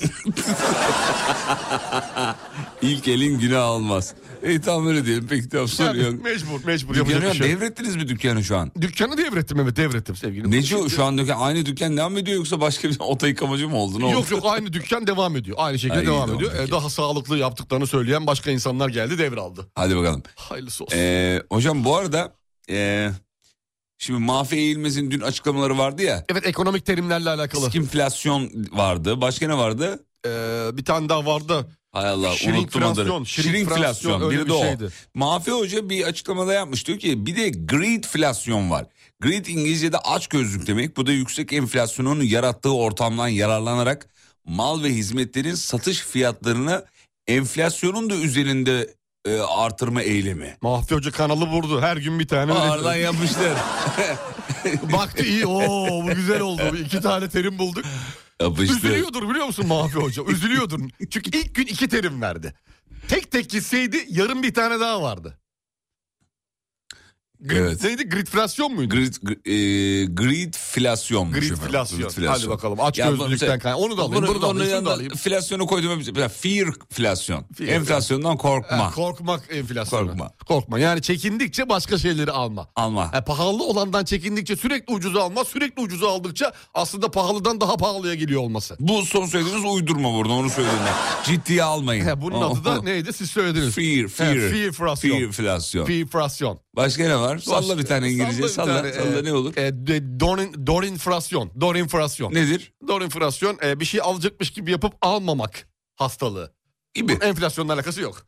Speaker 4: İlk elin günah almaz. İyi tamam öyle diyelim. Peki tamam
Speaker 5: Yani
Speaker 4: soruyorum.
Speaker 5: mecbur mecbur yapacak
Speaker 4: Dükkanı
Speaker 5: bir şey yok.
Speaker 4: devrettiniz mi dükkanı şu an?
Speaker 5: Dükkanı devrettim, evet devrettim sevgilim.
Speaker 4: Neci o şu an dükkan? Aynı dükkan devam ediyor yoksa başka bir ota yıkamacı mı oldu? Ne oldu?
Speaker 5: Yok yok, aynı dükkan devam ediyor. Aynı şekilde
Speaker 4: Ha, iyi,
Speaker 5: devam
Speaker 4: tamam,
Speaker 5: ediyor.
Speaker 4: peki.
Speaker 5: Ee, daha sağlıklı yaptıklarını söyleyen başka insanlar geldi, devraldı.
Speaker 4: Hadi bakalım.
Speaker 5: Hayırlısı olsun.
Speaker 4: Ee, hocam bu arada e, şimdi Mahfi Eğilmez'in dün açıklamaları vardı ya.
Speaker 5: Evet, ekonomik terimlerle alakalı.
Speaker 4: Skimflasyon vardı. Başka ne vardı?
Speaker 5: Ee, bir tane daha vardı.
Speaker 4: Hay Allah unuttum
Speaker 5: Şirinkflasyon,
Speaker 4: adını.
Speaker 5: şirinkflasyon,
Speaker 4: Şirinkflasyon
Speaker 5: öyle
Speaker 4: biri
Speaker 5: bir
Speaker 4: de o.
Speaker 5: şeydi.
Speaker 4: Mahfi Hoca bir açıklamada yapmış. Diyor ki bir de greedflasyon var. Greed İngilizce'de açgözlük demek. Bu da yüksek enflasyonun yarattığı ortamdan yararlanarak mal ve hizmetlerin satış fiyatlarını enflasyonun da üzerinde e, artırma eylemi.
Speaker 5: Mahfi Hoca kanalı vurdu. Her gün bir tane.
Speaker 4: Ağırdan yapmışlar.
Speaker 5: Baktı iyi. Oo, bu güzel oldu. İki tane terim bulduk.
Speaker 4: Yapıştı.
Speaker 5: Üzülüyordur biliyor musun Mahfi Hoca? Üzülüyordur. Çünkü ilk gün iki terim verdi. Tek tek gitseydi yarın bir tane daha vardı. Grid,
Speaker 4: Evet.
Speaker 5: Neydi? Gridflasyon muydu?
Speaker 4: Greed, e, greedflasyon.
Speaker 5: Gridflasyon. Hadi bakalım. Aç gözlülükten kaynak. Onu da alayım.
Speaker 4: Bunu,
Speaker 5: Bunu da
Speaker 4: onun
Speaker 5: alayım. Şunu da
Speaker 4: yanında
Speaker 5: alayım.
Speaker 4: Flasyonu koydum. Mesela fearflasyon.
Speaker 5: Fear.
Speaker 4: Enflasyondan korkma.
Speaker 5: Ha, korkmak enflasyonu.
Speaker 4: Korkma.
Speaker 5: Korkma. Yani çekindikçe başka şeyleri alma.
Speaker 4: Alma.
Speaker 5: Ha, pahalı olandan çekindikçe sürekli ucuza alma. Sürekli ucuza aldıkça aslında pahalıdan daha pahalıya geliyor olması.
Speaker 4: Bu son söylediğiniz uydurma burada, onu söyleyeyim ben. Ciddiye almayın.
Speaker 5: Ha, bunun adı da neydi? Siz söylediniz.
Speaker 4: Fear, fear.
Speaker 5: Ha, fearflasyon.
Speaker 4: Fearflasyon.
Speaker 5: Fearflasyon.
Speaker 4: Başka ne var? Salla bir tane İngilizce.
Speaker 5: Salla
Speaker 4: Salla.
Speaker 5: bir
Speaker 4: Salla,
Speaker 5: tane, e,
Speaker 4: ne olur?
Speaker 5: E, de, dorin, dorinflasyon. Dorinflasyon.
Speaker 4: Nedir?
Speaker 5: Dorinflasyon e, bir şey alacakmış gibi yapıp almamak hastalığı.
Speaker 4: Gibi.
Speaker 5: Enflasyonla alakası yok.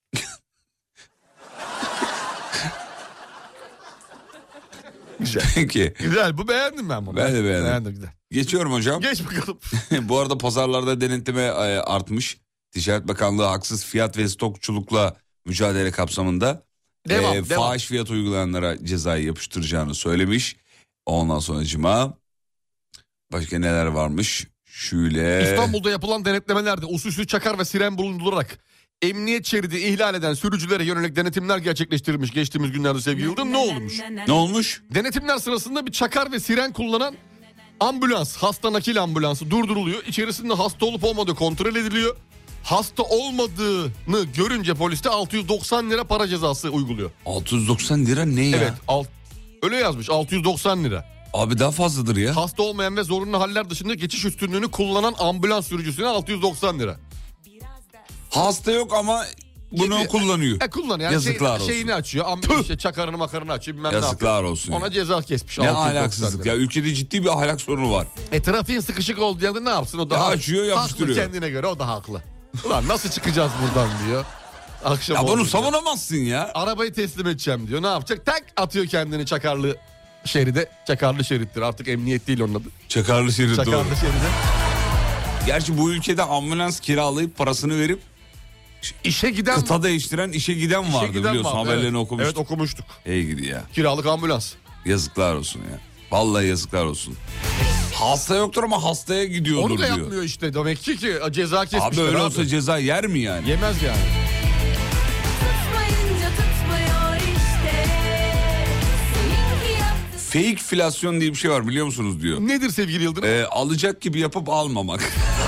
Speaker 5: Güzel.
Speaker 4: Peki.
Speaker 5: Güzel, bu beğendim ben bunu.
Speaker 4: Ben de beğendim.
Speaker 5: Beğendim güzel.
Speaker 4: Geçiyorum hocam.
Speaker 5: Geç bakalım.
Speaker 4: Bu arada pazarlarda denetleme e, artmış. Ticaret Bakanlığı haksız fiyat ve stokçulukla mücadele kapsamında
Speaker 5: Devam,
Speaker 4: e,
Speaker 5: devam.
Speaker 4: fahiş fiyat uygulayanlara cezayı yapıştıracağını söylemiş. Ondan sonracıma başka neler varmış? Şöyle.
Speaker 5: İstanbul'da yapılan denetlemelerde usulsüz çakar ve siren bulundurarak emniyet şeridi ihlal eden sürücülere yönelik denetimler gerçekleştirilmiş geçtiğimiz günlerde sevgili Yıldırım. Ne olmuş?
Speaker 4: Ne olmuş?
Speaker 5: Denetimler sırasında bir çakar ve siren kullanan ambulans, hasta nakil ambulansı durduruluyor. İçerisinde hasta olup olmadığı kontrol ediliyor. Hasta olmadığını görünce polis de altı yüz doksan lira para cezası uyguluyor.
Speaker 4: altı yüz doksan lira ne ya?
Speaker 5: Evet, alt, öyle yazmış, altı yüz doksan lira.
Speaker 4: Abi daha fazladır ya.
Speaker 5: Hasta olmayan ve zorunlu haller dışında geçiş üstünlüğünü kullanan ambulans sürücüsüne altı yüz doksan lira.
Speaker 4: Hasta yok ama bunu
Speaker 5: Yedi-
Speaker 4: kullanıyor.
Speaker 5: E kullan yani
Speaker 4: Yazıklar
Speaker 5: şey,
Speaker 4: olsun.
Speaker 5: şeyini açıyor. Am- işte çakarını makarını açıyor bilmem ne
Speaker 4: Yazıklar
Speaker 5: yapıyor.
Speaker 4: olsun
Speaker 5: Ona
Speaker 4: ya.
Speaker 5: ceza kesmiş.
Speaker 4: Ne
Speaker 5: altı yüz doksan
Speaker 4: ahlaksızlık
Speaker 5: lira.
Speaker 4: ya. Ülkede ciddi bir ahlak sorunu var.
Speaker 5: E trafiğin sıkışık olduğu yerde ne yapsın o da
Speaker 4: Ya
Speaker 5: haklı.
Speaker 4: açıyor, yapıştırıyor.
Speaker 5: Haklı kendine göre, o da haklı. Ulan nasıl çıkacağız buradan diyor. Akşam
Speaker 4: Ya bunu
Speaker 5: olunca.
Speaker 4: savunamazsın ya.
Speaker 5: Arabayı teslim edeceğim diyor. Ne yapacak? Tak atıyor kendini Çakarlı şeride. Çakarlı şerittir artık, emniyet değil onun adı.
Speaker 4: Çakarlı şerit doğru.
Speaker 5: Çakarlı şeride.
Speaker 4: Gerçi bu ülkede ambulans kiralayıp parasını verip
Speaker 5: İşe giden
Speaker 4: kıta değiştiren işe giden
Speaker 5: işe
Speaker 4: vardı
Speaker 5: giden
Speaker 4: biliyorsun.
Speaker 5: vardı.
Speaker 4: Haberlerini
Speaker 5: Evet.
Speaker 4: okumuştuk.
Speaker 5: Evet okumuştuk.
Speaker 4: Ey gidi ya.
Speaker 5: Kiralık ambulans.
Speaker 4: Yazıklar olsun ya. Vallahi yazıklar olsun. Hasta yoktur ama hastaya gidiyordur
Speaker 5: Onu da
Speaker 4: diyor.
Speaker 5: yapmıyor işte. Demek ki, ki ceza kesmişler
Speaker 4: Abi
Speaker 5: abi.
Speaker 4: öyle olsa ceza yer mi yani?
Speaker 5: Yemez yani.
Speaker 3: Tutmayınca tutmuyor işte. Seninki yaptı.
Speaker 4: Fakefilasyon diye bir şey var biliyor musunuz diyor.
Speaker 5: Nedir sevgili Yıldırım?
Speaker 4: Ee, alacak gibi yapıp almamak.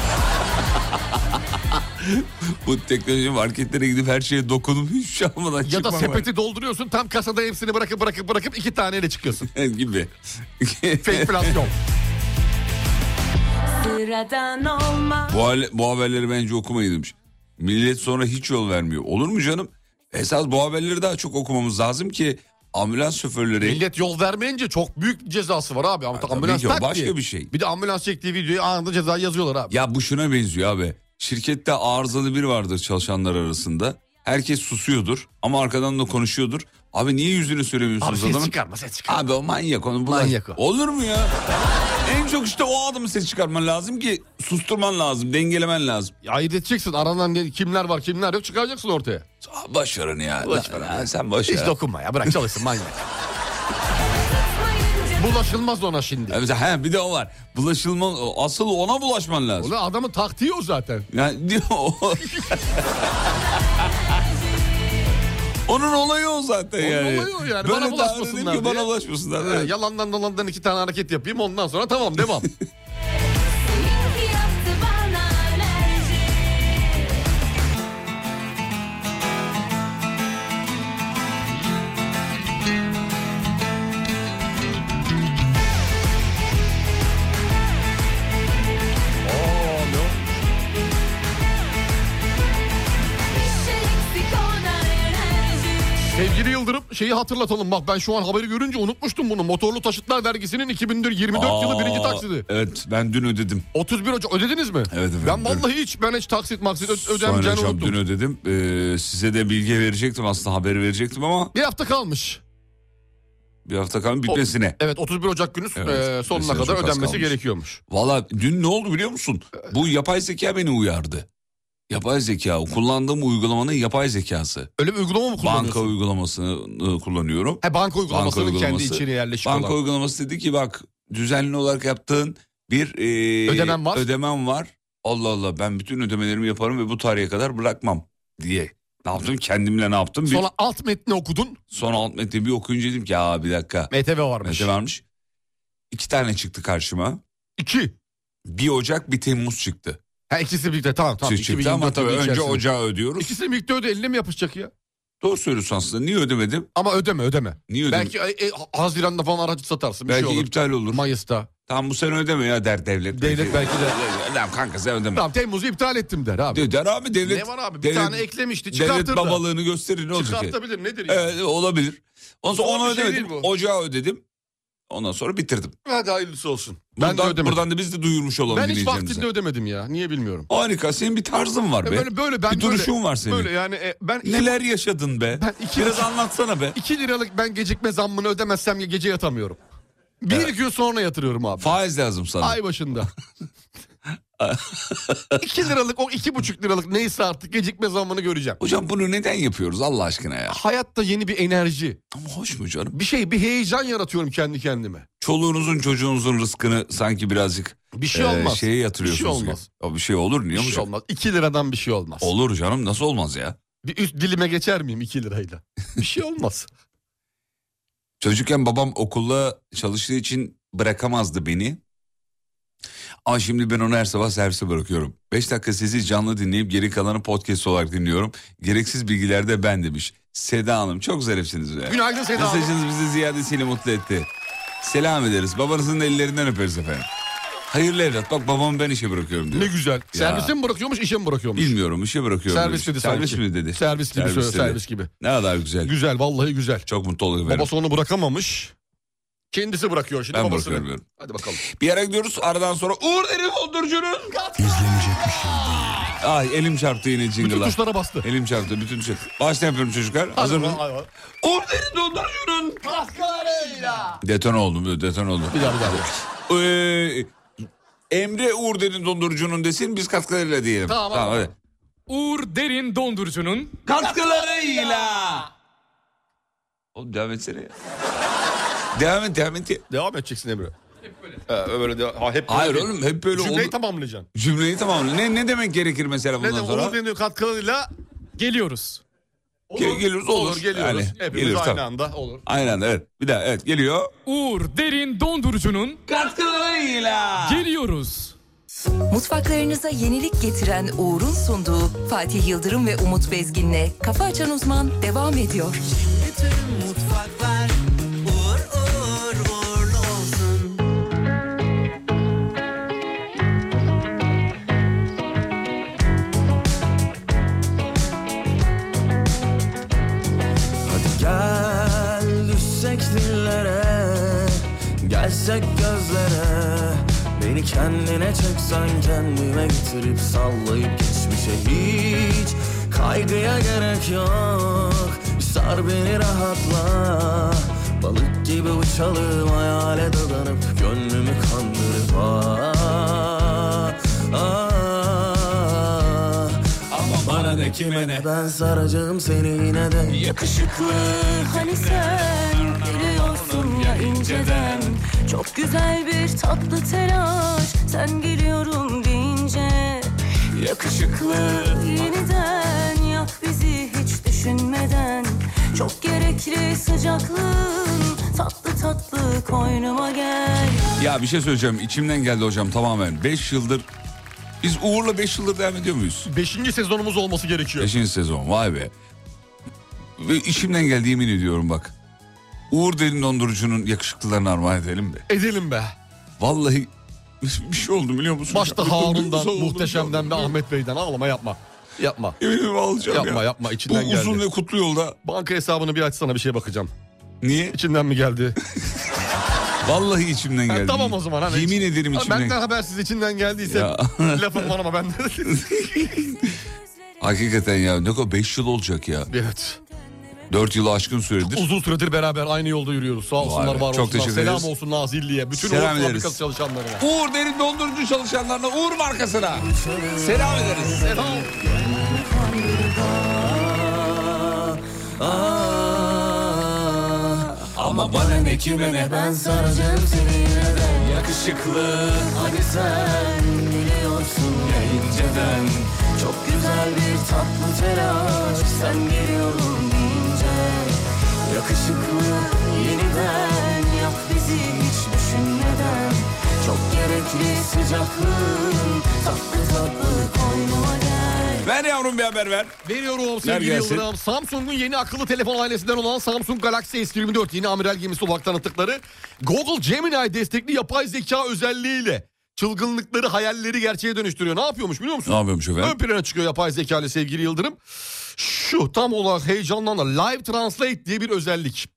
Speaker 4: Bu teknoloji marketlere gidip her şeye dokunup hiçbir şey almadan
Speaker 5: Ya da
Speaker 4: çıkmak
Speaker 5: sepeti dolduruyorsun, tam kasada hepsini bırakıp bırakıp bırakıp iki taneyle çıkıyorsun.
Speaker 4: var. gibi.
Speaker 5: Fakefilasyon.
Speaker 3: Sıradan olma.
Speaker 4: bu, hale- bu haberleri bence okumayın demiş. Millet sonra hiç yol vermiyor. Olur mu canım? Esas bu haberleri daha çok okumamız lazım ki ambulans şoförleri...
Speaker 5: Millet yol vermeyince çok büyük bir cezası var abi. Ama
Speaker 4: tabii
Speaker 5: ambulans
Speaker 4: ki o
Speaker 5: tak
Speaker 4: başka
Speaker 5: diye.
Speaker 4: bir şey.
Speaker 5: Bir de ambulans çektiği videoyu anında ceza yazıyorlar abi.
Speaker 4: Ya bu şuna benziyor abi. Şirkette arızalı biri vardır çalışanlar arasında. Herkes susuyordur ama arkadan da konuşuyordur. Abi niye yüzünü söylemiyorsunuz
Speaker 5: Abi ses
Speaker 4: adamın?
Speaker 5: çıkarma, ses çıkarma.
Speaker 4: Abi o manyak onu bulaş.
Speaker 5: Manyak o.
Speaker 4: Olur mu ya? En çok işte o adamın ses çıkarman lazım ki susturman lazım, dengelemen lazım.
Speaker 5: Ayırt edeceksin aranan ne- kimler var kimler yok, çıkaracaksın ortaya.
Speaker 4: Aa, boş ver onu ya.
Speaker 5: Boş ver
Speaker 4: Ha,
Speaker 5: abi.
Speaker 4: sen boş
Speaker 5: Hiç
Speaker 4: ver.
Speaker 5: dokunma ya, bırak çalışsın manyak. Bulaşılmaz ona şimdi.
Speaker 4: Evet, he, bir de o var. Bulaşılma, asıl ona bulaşman lazım.
Speaker 5: Ulan adamın taktiği o zaten.
Speaker 4: Yani diyor o. Onun olayı o zaten
Speaker 5: Onun
Speaker 4: yani.
Speaker 5: olayı o yani.
Speaker 4: Böyle
Speaker 5: Bana bulaşmasınlar
Speaker 4: davranayım ki
Speaker 5: diye.
Speaker 4: Bana bulaşmasınlar.
Speaker 5: Ee,
Speaker 4: Evet.
Speaker 5: yalandan dolandan iki tane hareket yapayım, ondan sonra tamam devam.
Speaker 3: Seninki yaptı bana alerji. Bir şey eksik o da enerji.
Speaker 5: Sevgili Yıldırım şeyi hatırlatalım, bak ben şu an haberi görünce unutmuştum bunu. Motorlu taşıtlar vergisinin iki bin yirmi dört yılı birinci
Speaker 4: Aa,
Speaker 5: taksidi.
Speaker 4: Evet, ben dün ödedim.
Speaker 5: otuz bir Ocak ödediniz mi?
Speaker 4: Evet efendim,
Speaker 5: Ben vallahi hiç ben hiç taksit maksit ö- ödemeyeceğini
Speaker 4: Sonra
Speaker 5: unuttum.
Speaker 4: dün ödedim. Ee, size de bilgi verecektim aslında, haberi verecektim ama
Speaker 5: Bir hafta kalmış.
Speaker 4: bir hafta kalın bitmesine.
Speaker 5: Evet otuz bir Ocak günü
Speaker 4: Evet,
Speaker 5: e, sonuna
Speaker 4: mesela
Speaker 5: kadar
Speaker 4: çok az
Speaker 5: ödenmesi
Speaker 4: kalmış.
Speaker 5: gerekiyormuş.
Speaker 4: Valla dün ne oldu biliyor musun? Bu yapay zeka beni uyardı. Yapay zeka, kullandığım uygulamanın yapay zekası.
Speaker 5: Öyle bir uygulama mı kullanıyorsun?
Speaker 4: Banka uygulamasını kullanıyorum.
Speaker 5: He, banka uygulamasının
Speaker 4: Banka
Speaker 5: kendi
Speaker 4: uygulaması.
Speaker 5: içine yerleşik
Speaker 4: Banka
Speaker 5: olan.
Speaker 4: uygulaması dedi ki bak, düzenli olarak yaptığın bir e,
Speaker 5: Ödemem var.
Speaker 4: ödemem var. Allah Allah, ben bütün ödemelerimi yaparım ve bu tarihe kadar bırakmam diye. Ne yaptım? Kendimle ne yaptım? Bir,
Speaker 5: Sonra alt metni okudun.
Speaker 4: sonra alt metni bir okuyunca dedim ki ya bir dakika.
Speaker 5: M T V varmış.
Speaker 4: Mete varmış. İki tane çıktı karşıma.
Speaker 5: İki.
Speaker 4: Bir Ocak bir Temmuz çıktı.
Speaker 5: Ha ikisi birlikte tamam tamam.
Speaker 4: çıktı ama tabii önce
Speaker 5: içerisinde.
Speaker 4: Ocağı ödüyoruz.
Speaker 5: İkisini birlikte öde, eline mi yapışacak ya?
Speaker 4: Doğru söylüyorsun aslında. Niye ödemedim?
Speaker 5: Ama ödeme ödeme.
Speaker 4: Niye ödemedim?
Speaker 5: Belki e, e, Haziran'da falan aracı satarsın bir
Speaker 4: Belki
Speaker 5: şey olur.
Speaker 4: iptal olur.
Speaker 5: Mayıs'ta.
Speaker 4: Tamam bu sene ödeme ya der devlet.
Speaker 5: Devlet belki de.
Speaker 4: Tamam kanka sen ödeme.
Speaker 5: Tamam Temmuz'u iptal ettim der abi.
Speaker 4: De- Der abi devlet.
Speaker 5: Ne var abi? Bir
Speaker 4: devlet-
Speaker 5: tane eklemişti, çıkartır
Speaker 4: Devlet
Speaker 5: da.
Speaker 4: babalığını gösterir, ne olacak? ki?
Speaker 5: Çıkartabilir, nedir ya?
Speaker 4: Evet olabilir. Ondan sonra
Speaker 5: Zor
Speaker 4: onu
Speaker 5: bir şey
Speaker 4: ödemedim.
Speaker 5: değil bu.
Speaker 4: Ocağı ödedim. Ondan sonra bitirdim.
Speaker 5: Hadi hayırlısı olsun. Ben
Speaker 4: Buradan,
Speaker 5: de ödemedim.
Speaker 4: buradan da biz de duyurmuş olalım
Speaker 5: Ben hiç
Speaker 4: dinleyicilerimize.
Speaker 5: vaktinde ödemedim ya. Niye bilmiyorum.
Speaker 4: Harika, senin bir tarzın var be.
Speaker 5: Böyle böyle ben
Speaker 4: bir duruşun
Speaker 5: böyle,
Speaker 4: var senin.
Speaker 5: Böyle yani e, ben iki,
Speaker 4: Neler yaşadın be?
Speaker 5: Ben iki-
Speaker 4: Biraz anlatsana be.
Speaker 5: iki liralık ben gecikme zammını ödemezsem ya gece yatamıyorum. Bir
Speaker 4: Evet.
Speaker 5: gün sonra yatırıyorum abi.
Speaker 4: Faiz lazım sana.
Speaker 5: Ay başında. iki liralık o iki buçuk liralık neyse artık gecikme zammını göreceğim.
Speaker 4: Hocam bunu neden yapıyoruz Allah aşkına ya?
Speaker 5: Hayatta yeni bir enerji.
Speaker 4: Ama hoş mu canım?
Speaker 5: Bir şey, bir heyecan yaratıyorum kendi kendime.
Speaker 4: Çoluğunuzun çocuğunuzun rızkını sanki birazcık
Speaker 5: Bir şey
Speaker 4: e,
Speaker 5: olmaz.
Speaker 4: şeye yatırıyorsunuz.
Speaker 5: Bir şey olmaz.
Speaker 4: O bir şey olur niye
Speaker 5: Bir şey olmaz. iki liradan bir şey olmaz.
Speaker 4: Olur canım, nasıl olmaz ya?
Speaker 5: Bir üst dilime geçer miyim iki lirayla? Bir şey olmaz.
Speaker 4: Çocukken babam okulda çalıştığı için bırakamazdı beni. Ama şimdi ben onu her sabah servise bırakıyorum. beş dakika sizi canlı dinleyip geri kalanı podcast olarak dinliyorum. Gereksiz bilgiler de ben demiş. Seda Hanım çok zarifsiniz be.
Speaker 5: Günaydın Seda Hanım.
Speaker 4: Mesajınız bizi ziyadesiyle mutlu etti. Selam ederiz. Babanızın ellerinden öperiz efendim. Hayırlı evlat. Bak babamı ben işe bırakıyorum diyor.
Speaker 5: Ne güzel. Servise mi bırakıyormuş, işe mi bırakıyormuş?
Speaker 4: Bilmiyorum, işe bırakıyorum.
Speaker 5: Servis
Speaker 4: demiş.
Speaker 5: dedi
Speaker 4: Servis
Speaker 5: sanki.
Speaker 4: mi dedi?
Speaker 5: Servis gibi söyle,
Speaker 4: dedi.
Speaker 5: servis gibi.
Speaker 4: Ne kadar güzel.
Speaker 5: Güzel, vallahi güzel.
Speaker 4: Çok mutlu oluyorum.
Speaker 5: Babası onu bırakamamış. Kendisi bırakıyor şimdi
Speaker 4: Ben
Speaker 5: babasını.
Speaker 4: bırakıyorum.
Speaker 5: Hadi bakalım.
Speaker 4: Bir yere gidiyoruz. Aradan sonra Uğur Deniz Dondurucu'nun
Speaker 8: İzlenecek bir şey değil.
Speaker 4: Ay elim çarptı yine jingle'a.
Speaker 5: Bütün tuşlara bastı.
Speaker 4: Elim çarptı bütün tuşlara. Başta yapıyorum çocuklar. Hazır mı? Orderi dondurucunun
Speaker 5: katkılarıyla.
Speaker 4: Deton oldu, deton oldu.
Speaker 5: Bir daha bir daha.
Speaker 4: Ee, Emre Uğur Derin Dondurucu'nun desin, biz katkılarıyla diyelim.
Speaker 5: Tamam,
Speaker 4: tamam hadi.
Speaker 8: Uğur Derin Dondurucu'nun
Speaker 4: Katkılarıyla. Oğlum devam etsene ya. devam et, devam et.
Speaker 5: Devam edeceksin Emre. Hep böyle. Ee, böyle de, ha, hep
Speaker 4: Hayır
Speaker 5: böyle
Speaker 4: oğlum, hep böyle.
Speaker 5: Cümleyi
Speaker 4: olur.
Speaker 5: tamamlayacaksın.
Speaker 4: Cümleyi tamamla. Ne, ne demek gerekir mesela bundan
Speaker 5: Ne demek?
Speaker 4: sonra?
Speaker 5: Uğur Derin katkılarıyla
Speaker 8: geliyoruz.
Speaker 5: olur.
Speaker 4: Gel, geliyoruz, olur.
Speaker 5: Olur, geliyoruz.
Speaker 4: Yani,
Speaker 5: Hepimiz
Speaker 4: geliyoruz,
Speaker 5: aynı
Speaker 4: tamam.
Speaker 5: anda olur.
Speaker 4: Aynı anda, evet. Bir daha, evet, geliyor.
Speaker 8: Uğur Derin Dondurucu'nun
Speaker 4: Katkılarıyla.
Speaker 8: geliyoruz.
Speaker 1: Mutfaklarınıza yenilik getiren Uğur'un sunduğu Fatih Yıldırım ve Umut Bezgin'le Kafa Açan Uzman devam ediyor.
Speaker 2: Bütün mutfaklar uğur uğur uğurlu olsun.
Speaker 6: Hadi gel düşsek dillere, gelsek gözlere. Beni kendine çeksen kendime getirip sallayıp geçmişe hiç kaygıya gerek yok. Sar beni rahatla, balık gibi uçalım hayale dadanıp gönlümü kandırıp ah, ah. Ama bana ne kime ne, ben saracağım seni yine de. Yakışıklı
Speaker 9: Hani sen geliyorsun ya inceden, çok güzel bir tatlı telaş, sen geliyorum deyince. Yakışıklı yeniden yak bizi hiç düşünmeden, çok gerekli sıcaklığın, tatlı tatlı koynuma gel.
Speaker 4: Ya bir şey söyleyeceğim, içimden geldi hocam tamamen. Beş yıldır, biz Uğur'la beş yıldır devam ediyor muyuz?
Speaker 5: Beşinci sezonumuz olması gerekiyor.
Speaker 4: Beşinci sezon, vay be. Ve içimden geldi, yemin ediyorum bak. Uğur Derin Dondurucu'nun yakışıklılarını armağan edelim be.
Speaker 5: Edelim be.
Speaker 4: Vallahi bir şey oldu biliyor musun?
Speaker 5: Başta Harun'dan,
Speaker 4: Duygusal
Speaker 5: Muhteşem'den
Speaker 4: oldum.
Speaker 5: ve Ahmet Bey'den ağlama yapma. Yapma.
Speaker 4: Yeminimi alacağım
Speaker 5: Yapma
Speaker 4: ya.
Speaker 5: yapma içinden
Speaker 4: Bu
Speaker 5: geldi.
Speaker 4: uzun ve kutlu yolda.
Speaker 5: Banka hesabını bir açsana, bir şeye bakacağım.
Speaker 4: Niye?
Speaker 5: İçinden mi geldi?
Speaker 4: Vallahi içimden geldi.
Speaker 5: Ha, tamam o zaman. Hani
Speaker 4: Yemin ederim içimden.
Speaker 5: Benden habersiz içinden geldiyse
Speaker 4: Ya.
Speaker 5: lafım var ama ben de.
Speaker 4: Hakikaten ya, ne kadar beş yıl olacak ya.
Speaker 5: Evet.
Speaker 4: Dört yılı aşkın süredir.
Speaker 5: Uzun süredir beraber aynı yolda yürüyoruz. Sağ olsunlar,
Speaker 4: Vay be,
Speaker 5: var
Speaker 4: çok
Speaker 5: olsunlar.
Speaker 4: teşekkür
Speaker 5: Selam
Speaker 4: ederiz.
Speaker 5: olsun Nazilli'ye. Bütün
Speaker 4: Selam
Speaker 5: Uğur
Speaker 4: ederiz.
Speaker 5: fabrikası çalışanlarına.
Speaker 4: Uğur Derin Dondurucu çalışanlarına, Uğur markasına selam ederiz.
Speaker 5: Selam.
Speaker 6: ama bana ne kime ne, ben saracağım seni yine de. Yakışıklı hani sen biliyorsun ya inceden, çok güzel bir tatlı telaş, sen geliyorum deyince. Yakışıklı yeniden yak bizi hiç düşünmeden, çok gerekli sıcaklığın, tatlı tatlı koynuma gel.
Speaker 4: Ver yavrum bir haber ver.
Speaker 5: Veriyorum sevgili
Speaker 4: gelsin.
Speaker 5: Yıldırım. Samsung'un yeni akıllı telefon ailesinden olan Samsung Galaxy S yirmi dört yeni amiral gemisi olarak tanıttıkları Google Gemini destekli yapay zeka özelliğiyle çılgınlıkları, hayalleri gerçeğe dönüştürüyor. Ne yapıyormuş biliyor musun?
Speaker 4: Ne yapıyormuş efendim?
Speaker 5: Ön plana çıkıyor yapay zeka ile sevgili Yıldırım. Şu tam olarak heyecanlanma, Live Translate diye bir özellik.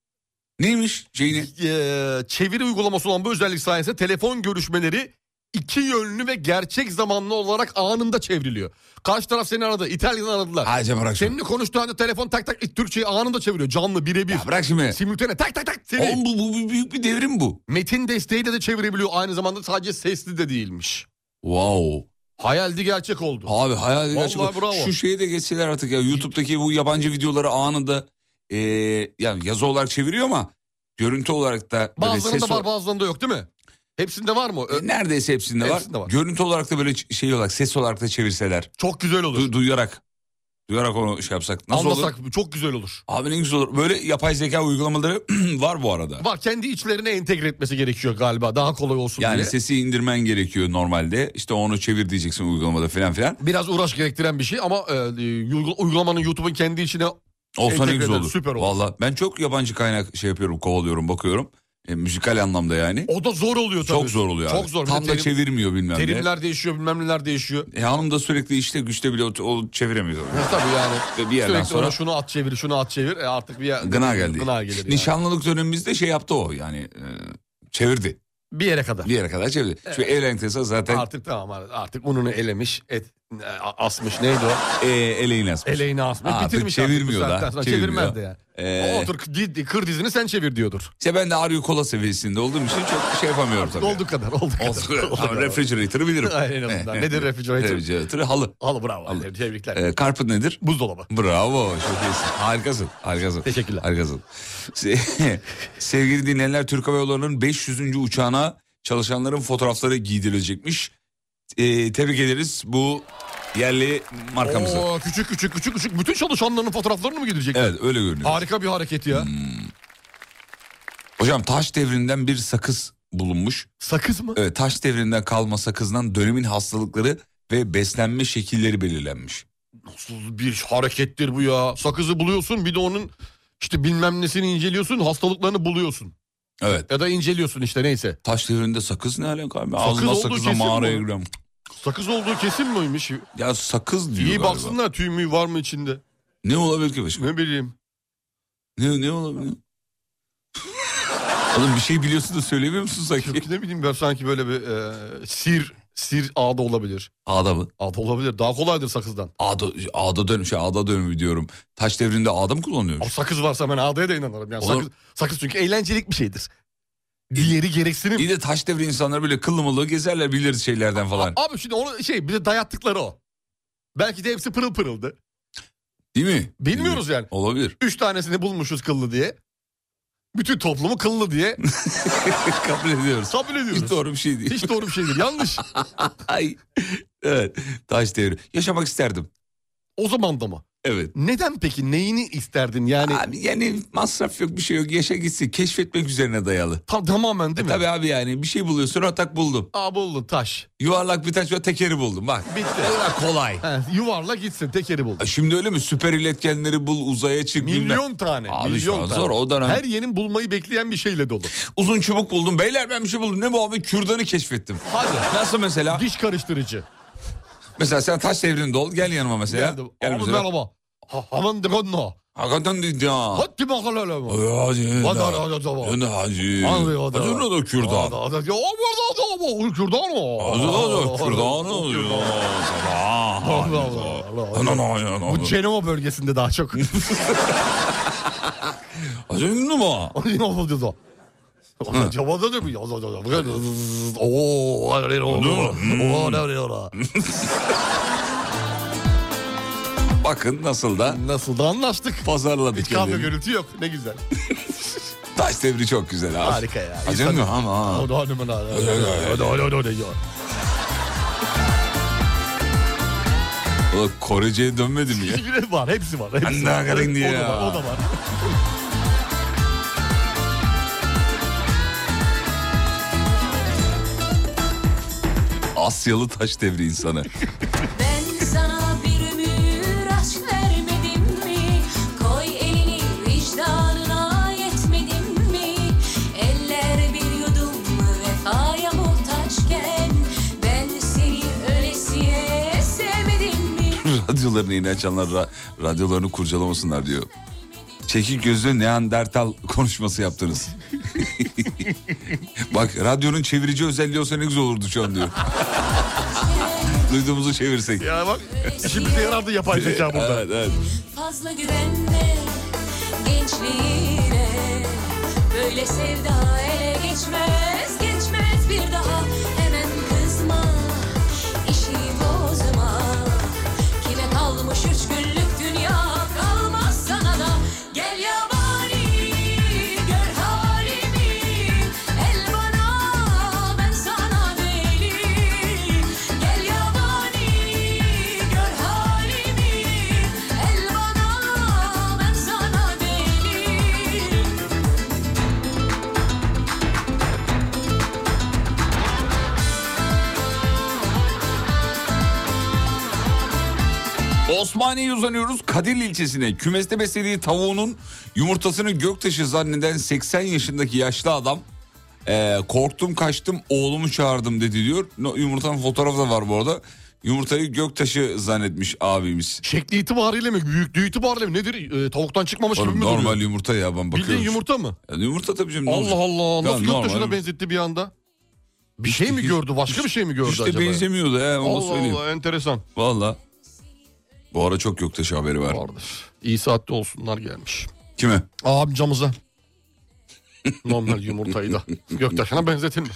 Speaker 4: Neymiş şeyini?
Speaker 5: Ee, çeviri uygulaması olan bu özellik sayesinde telefon görüşmeleri iki yönlü ve gerçek zamanlı olarak anında çevriliyor. Karşı taraf seni aradı, İtalya'dan aradılar.
Speaker 4: Hadi bırak şimdi.
Speaker 5: Seninle konuştuğu anda telefon tak tak Türkçeyi anında çeviriyor. Canlı birebir.
Speaker 4: Ya bırak şimdi.
Speaker 5: Simultane tak tak tak. Seni.
Speaker 4: Oğlum bu, bu, bu büyük bir devrim bu.
Speaker 5: Metin desteğiyle de çevirebiliyor. Aynı zamanda sadece sesli de değilmiş.
Speaker 4: Wow.
Speaker 5: Hayaldi gerçek oldu.
Speaker 4: Abi hayal gerçek.
Speaker 5: Vallahi bravo.
Speaker 4: Şu şeye de geçseler artık ya, YouTube'daki bu yabancı videoları anında e, yani yazı olarak çeviriyor ama görüntü olarak da böyle
Speaker 5: Bazılarında
Speaker 4: ses
Speaker 5: var,
Speaker 4: o-
Speaker 5: bazılarında yok değil mi? Hepsinde var mı? Ö-
Speaker 4: E, neredeyse hepsinde,
Speaker 5: Hepsinde
Speaker 4: var.
Speaker 5: var.
Speaker 4: Görüntü olarak da böyle ç- şey olarak, ses olarak da çevirseler.
Speaker 5: Çok güzel olur.
Speaker 4: Du- duyarak. Duyarak onu şey yapsak. Nasıl
Speaker 5: Anlasak
Speaker 4: olur?
Speaker 5: çok güzel olur.
Speaker 4: Abi ne güzel olur. Böyle yapay zeka uygulamaları var bu arada.
Speaker 5: Var, kendi içlerine entegre etmesi gerekiyor galiba. Daha kolay olsun
Speaker 4: Yani
Speaker 5: diye.
Speaker 4: sesi indirmen gerekiyor normalde. İşte onu çevir diyeceksin uygulamada falan filan.
Speaker 5: Biraz uğraş gerektiren bir şey ama e, uygul- uygulamanın YouTube'un kendi içine
Speaker 4: Olsa ne
Speaker 5: entegre
Speaker 4: güzel
Speaker 5: eder,
Speaker 4: olur.
Speaker 5: süper olur.
Speaker 4: Valla ben çok yabancı kaynak şey yapıyorum, kovalıyorum, bakıyorum. E, müzikal anlamda yani.
Speaker 5: O da zor oluyor tabii.
Speaker 4: Çok zor oluyor
Speaker 5: Çok
Speaker 4: abi.
Speaker 5: zor. Bir
Speaker 4: Tam
Speaker 5: de
Speaker 4: da
Speaker 5: terim-
Speaker 4: çevirmiyor bilmem ne.
Speaker 5: Terimler değişiyor, bilmem neler değişiyor.
Speaker 4: E, hanım da sürekli işte güçte bile o, o çeviremiyor.
Speaker 5: Ha, tabii yani.
Speaker 4: Ve bir yerden
Speaker 5: Sürekli
Speaker 4: sonra
Speaker 5: ona şunu at çevir, şunu at çevir. E artık bir yer,
Speaker 4: gına geldi.
Speaker 5: Gına gelir yani.
Speaker 4: Nişanlılık dönemimizde şey yaptı o yani e, çevirdi.
Speaker 5: Bir yere kadar.
Speaker 4: Bir yere kadar çevirdi. Şu evlendiyse zaten
Speaker 5: Artık tamam, artık ununu elemiş, et Asmış neydi o?
Speaker 4: Ee, eleğini asmış.
Speaker 5: Eleğini asmış.
Speaker 4: Aa,
Speaker 5: Bitirmiş
Speaker 4: çevirmiyor
Speaker 5: artık bu
Speaker 4: da.
Speaker 5: saatten sonra.
Speaker 4: Çevirmiyor.
Speaker 5: Çevirmez de yani.
Speaker 4: Ee,
Speaker 5: Otur kır dizini sen çevir diyordur.
Speaker 4: İşte ben de Aryu Kola seviyesinde olduğum için çok şey yapamıyorum tabii.
Speaker 5: Olduğu kadar olduğu kadar.
Speaker 4: Olsun.
Speaker 5: Olduğu
Speaker 4: Ama
Speaker 5: kadar.
Speaker 4: refrigerator'ı bilirim.
Speaker 5: Aynen ondan. Nedir refrigerator?
Speaker 4: Refrigerator halı.
Speaker 5: Halı bravo. Halı. Tebrikler.
Speaker 4: Ee, carpet nedir?
Speaker 5: Buzdolabı.
Speaker 4: Bravo. Çok iyisin. Harikasın. Harikasın.
Speaker 5: Teşekkürler.
Speaker 4: Harikasın. Se- Sevgili dinleyenler, Türk Hava Yolları'nın beş yüzüncü uçağına çalışanların fotoğrafları giydirilecekmiş. Ee, tebrik ederiz bu yerli markamızı.
Speaker 5: Oo, küçük küçük küçük küçük bütün çalışanların fotoğraflarını mı gidecek?
Speaker 4: Evet, öyle görünüyor.
Speaker 5: Harika bir hareket ya.
Speaker 4: Hmm. Hocam taş devrinden bir sakız bulunmuş.
Speaker 5: Sakız mı?
Speaker 4: Evet, taş devrinden kalma sakızdan dönemin hastalıkları ve beslenme şekilleri belirlenmiş.
Speaker 5: Nasıl bir harekettir bu ya? Sakızı buluyorsun, bir de onun işte bilmem nesini inceliyorsun, hastalıklarını buluyorsun.
Speaker 4: Evet.
Speaker 5: Ya da inceliyorsun işte, neyse.
Speaker 4: Taş devrinde sakız ne alaka abi?
Speaker 5: Sakız
Speaker 4: Ağzına
Speaker 5: olduğu
Speaker 4: sakızla
Speaker 5: kesin
Speaker 4: mağaraya
Speaker 5: mi?
Speaker 4: giriyorum.
Speaker 5: Sakız olduğu kesin miymiş?
Speaker 4: Ya sakız diyor
Speaker 5: İyi
Speaker 4: galiba.
Speaker 5: baksınlar, tüy mü var mı içinde?
Speaker 4: Ne olabilir ki başka?
Speaker 5: Ne bileyim.
Speaker 4: Ne, ne olabilir? Oğlum bir şey biliyorsun da söylemiyor musun sanki?
Speaker 5: Çünkü ne bileyim ben, sanki böyle bir e, sir sir ağda olabilir.
Speaker 4: Ağda mı?
Speaker 5: Ağda olabilir. Daha kolaydır sakızdan.
Speaker 4: Ağda, ağda dönüm şey ağda dönümü diyorum. Taş devrinde ağda mı kullanıyormuş?
Speaker 5: O sakız varsa ben ağdaya da inanırım. Yani
Speaker 4: Olur.
Speaker 5: sakız, sakız çünkü eğlencelik bir şeydir. Diğeri gereksinim.
Speaker 4: İyi de taş devri insanlar böyle kıllı mıllı gezerler, biliriz şeylerden falan.
Speaker 5: Abi şimdi onu şey, bize dayattıkları o. Belki de hepsi pırıl pırıldı.
Speaker 4: Değil mi?
Speaker 5: Bilmiyoruz yani.
Speaker 4: Olabilir.
Speaker 5: Üç tanesini bulmuşuz kıllı diye. Bütün toplumu kıllı diye
Speaker 4: Kabul ediyoruz.
Speaker 5: kabul ediyoruz.
Speaker 4: Hiç doğru bir şey değil.
Speaker 5: Hiç doğru bir şey değil. Yanlış.
Speaker 4: Ay. Evet. Taş devri. Yaşamak isterdim.
Speaker 5: O zaman da mı?
Speaker 4: Evet.
Speaker 5: Neden peki? Neyini isterdin yani?
Speaker 4: Abi yani masraf yok, bir şey yok. Yaşa gitsin. Keşfetmek üzerine dayalı.
Speaker 5: Tam, tamamen değil
Speaker 4: E,
Speaker 5: mi?
Speaker 4: tabii abi yani bir şey buluyorsun, atak buldum.
Speaker 5: Aa, buldun taş.
Speaker 4: Yuvarlak bir taş ve tekeri buldum. Bak.
Speaker 5: Bitti.
Speaker 4: Ne kadar kolay.
Speaker 5: He, yuvarla gitsin, tekeri buldun.
Speaker 4: E, Şimdi öyle mi? Süper iletkenleri bul, uzaya çık. bilmem.
Speaker 5: Milyon tane.
Speaker 4: Abi
Speaker 5: milyon
Speaker 4: şu an
Speaker 5: tane.
Speaker 4: zor o dönem.
Speaker 5: Her yerin bulmayı bekleyen bir şeyle dolu.
Speaker 4: Uzun çubuk buldum. Beyler ben bir şey buldum. Ne bu abi? Kürdanı keşfettim.
Speaker 5: Hadi.
Speaker 4: Nasıl mesela?
Speaker 5: Diş karıştırıcı.
Speaker 4: Mesela sen taş devrinde ol. Gel yanıma mesela.
Speaker 5: Geldim.
Speaker 4: Gel
Speaker 5: Abi
Speaker 4: mesela.
Speaker 5: merhaba. Ha, hemen de kanna.
Speaker 4: Hakikaten değil ya.
Speaker 5: Hadi bakalım.
Speaker 4: Hadi
Speaker 5: Hadi hadi hadi tamam.
Speaker 4: hadi. Hadi
Speaker 5: Hadi hadi.
Speaker 4: hadi. Hadi kürdan.
Speaker 5: Hadi hadi. Ya burada da bu kürdan o.
Speaker 4: Hadi hadi kürdan.
Speaker 5: Allah Allah Allah. Bu Cenova bölgesinde daha çok.
Speaker 4: Acayip mu?
Speaker 5: Ne oldu da? Cevada da mı? Ooo. Ooo.
Speaker 4: Bakın nasıl da
Speaker 5: Nasıl da anlaştık.
Speaker 4: pazarladık.
Speaker 5: Hiç kavga
Speaker 4: kendini.
Speaker 5: gürültü yok. Ne güzel.
Speaker 4: Taş devri çok güzel abi.
Speaker 5: Harika ya.
Speaker 4: Acayip mi ama?
Speaker 5: Hadi hadi hadi hadi hadi hadi hadi.
Speaker 4: O Korece'ye dönmedi mi ya?
Speaker 5: Hepsi var, hepsi var. Hepsi
Speaker 4: Anne
Speaker 5: var.
Speaker 4: karın diye
Speaker 5: O da
Speaker 4: ya.
Speaker 5: var, o da var.
Speaker 4: Asyalı taş devri insanı.
Speaker 9: Ben sana bir ömür aşk vermedim mi? Koy elini vicdanına yetmedim mi? Eller bir yudum vefaya muhtaçken ben seni öylesiye sevmedim mi?
Speaker 4: Radyolarını yeni açanlar ra- radyolarını kurcalamasınlar diyor. Çekik gözlü Neandertal konuşması yaptınız. Bak radyonun çevirici özelliği olsa ne güzel olurdu şu an diyor. Duyduğumuzu çevirsek.
Speaker 5: Ya bak, işimize yaradı yapay zeka burada.
Speaker 4: Evet, evet.
Speaker 9: Fazla güvenme gençliğine, böyle sevda ele geçmez, geçmez bir daha. Hemen kızma, işi bozma. Kime kalmış üç günlük dünya, kalmaz sana da. Gel yabani, gör halimi, el bana, ben sana deli. Gel yabani, gör halimi, el bana, ben sana deli.
Speaker 4: Osmaniye'ye uzanıyoruz. Kadirli ilçesine kümeste beslediği tavuğunun yumurtasını göktaşı zanneden seksen yaşındaki yaşlı adam e, korktum kaçtım oğlumu çağırdım dedi diyor. No, yumurtanın fotoğrafı da var bu arada. Yumurtayı göktaşı zannetmiş abimiz.
Speaker 5: Şekli itibariyle mi? Büyüklüğü itibariyle mi? Nedir? Ee, tavuktan çıkmamış gibi
Speaker 4: Oğlum,
Speaker 5: mi
Speaker 4: normal
Speaker 5: duruyor?
Speaker 4: yumurta ya ben bakıyorum.
Speaker 5: Bildiğin yumurta mı?
Speaker 4: Yani yumurta tabii canım. ne
Speaker 5: Allah
Speaker 4: olacak?
Speaker 5: Allah.
Speaker 4: Ya
Speaker 5: Nasıl
Speaker 4: normal.
Speaker 5: göktaşına benzetti bir anda? Bir şey mi gördü? Başka bir şey mi gördü
Speaker 4: işte
Speaker 5: acaba?
Speaker 4: İşte benzemiyordu he, onu
Speaker 5: Allah
Speaker 4: söyleyeyim.
Speaker 5: Allah, enteresan.
Speaker 4: Valla. Bu ara çok Göktaş haberi var.
Speaker 5: Vardır. İyi saatte olsunlar gelmiş.
Speaker 4: Kime?
Speaker 5: Amcamıza. Normal yumurtayı da Göktaş'ına benzetilme.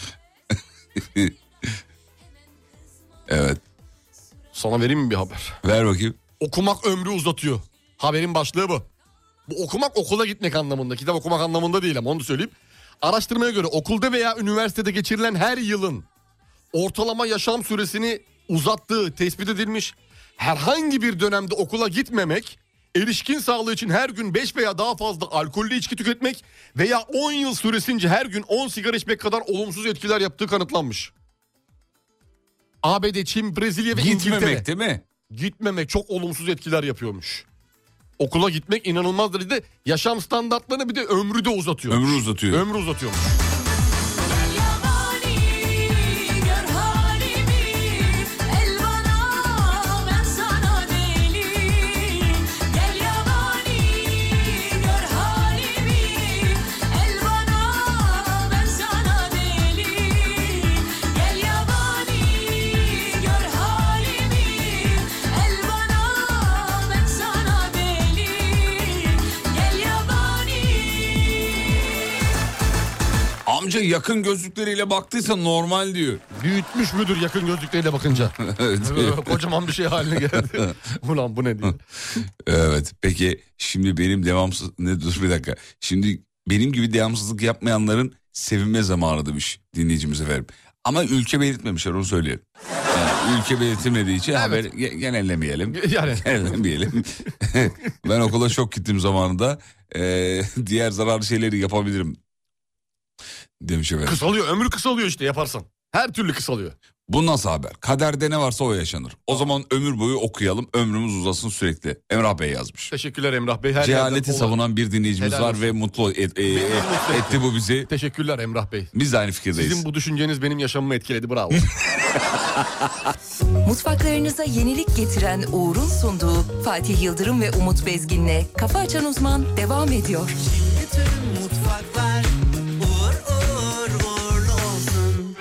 Speaker 4: Evet.
Speaker 5: Sana vereyim mi bir haber?
Speaker 4: Ver bakayım.
Speaker 5: Okumak ömrü uzatıyor. Haberin başlığı bu. Bu okumak okula gitmek anlamında. Kitap okumak anlamında değil ama onu da söyleyeyim. Araştırmaya göre okulda veya üniversitede geçirilen her yılın ortalama yaşam süresini uzattığı tespit edilmiş. Herhangi bir dönemde okula gitmemek, erişkin sağlığı için her gün beş veya daha fazla alkollü içki tüketmek veya on yıl süresince her gün on sigara içmek kadar olumsuz etkiler yaptığı kanıtlanmış. A B D, Çin, Brezilya ve İngiltere.
Speaker 4: Gitmemek değil mi?
Speaker 5: Gitmemek çok olumsuz etkiler yapıyormuş. Okula gitmek inanılmaz derecede yaşam standartlarını bir de ömrü de uzatıyor.
Speaker 4: Ömrü uzatıyor.
Speaker 5: Ömrü uzatıyormuş.
Speaker 4: Amca yakın gözlükleriyle baktıysa normal diyor.
Speaker 5: Büyütmüş müdür yakın gözlükleriyle bakınca?
Speaker 4: Evet.
Speaker 5: Kocaman bir şey haline geldi. Ulan bu ne diyor?
Speaker 4: Evet. Peki şimdi benim devamsız... Ne dur bir dakika. Şimdi benim gibi devamsızlık yapmayanların sevinme zamanı demiş dinleyicimiz efendim. Ama ülke belirtmemişler, onu söyleyelim. Yani ülke belirtilmediği için evet. Haber genellemeyelim. Yani. Genellemeyelim. Ben okula çok gittim zamanında. Ee, diğer zararlı şeyleri yapabilirim demiş efendim.
Speaker 5: Kısalıyor, ömrü kısalıyor işte yaparsan. Her türlü kısalıyor.
Speaker 4: Bu nasıl haber? Kaderde ne varsa o yaşanır. O zaman ömür boyu okuyalım, ömrümüz uzasın sürekli. Emrah Bey yazmış.
Speaker 5: Teşekkürler Emrah Bey. Her
Speaker 4: Cehaleti savunan bir dinleyicimiz
Speaker 5: Helal
Speaker 4: var
Speaker 5: olsun.
Speaker 4: ve mutlu et, e, e, etti bu bizi.
Speaker 5: Teşekkürler Emrah Bey.
Speaker 4: Biz de aynı fikirdeyiz.
Speaker 5: Sizin bu düşünceniz benim yaşamımı etkiledi, bravo.
Speaker 1: Mutfaklarınıza yenilik getiren Uğur'un sunduğu Fatih Yıldırım ve Umut Bezgin'le Kafa Açan Uzman devam ediyor.
Speaker 2: Bütün mutfaklar uğur uğur uğurlu olsun.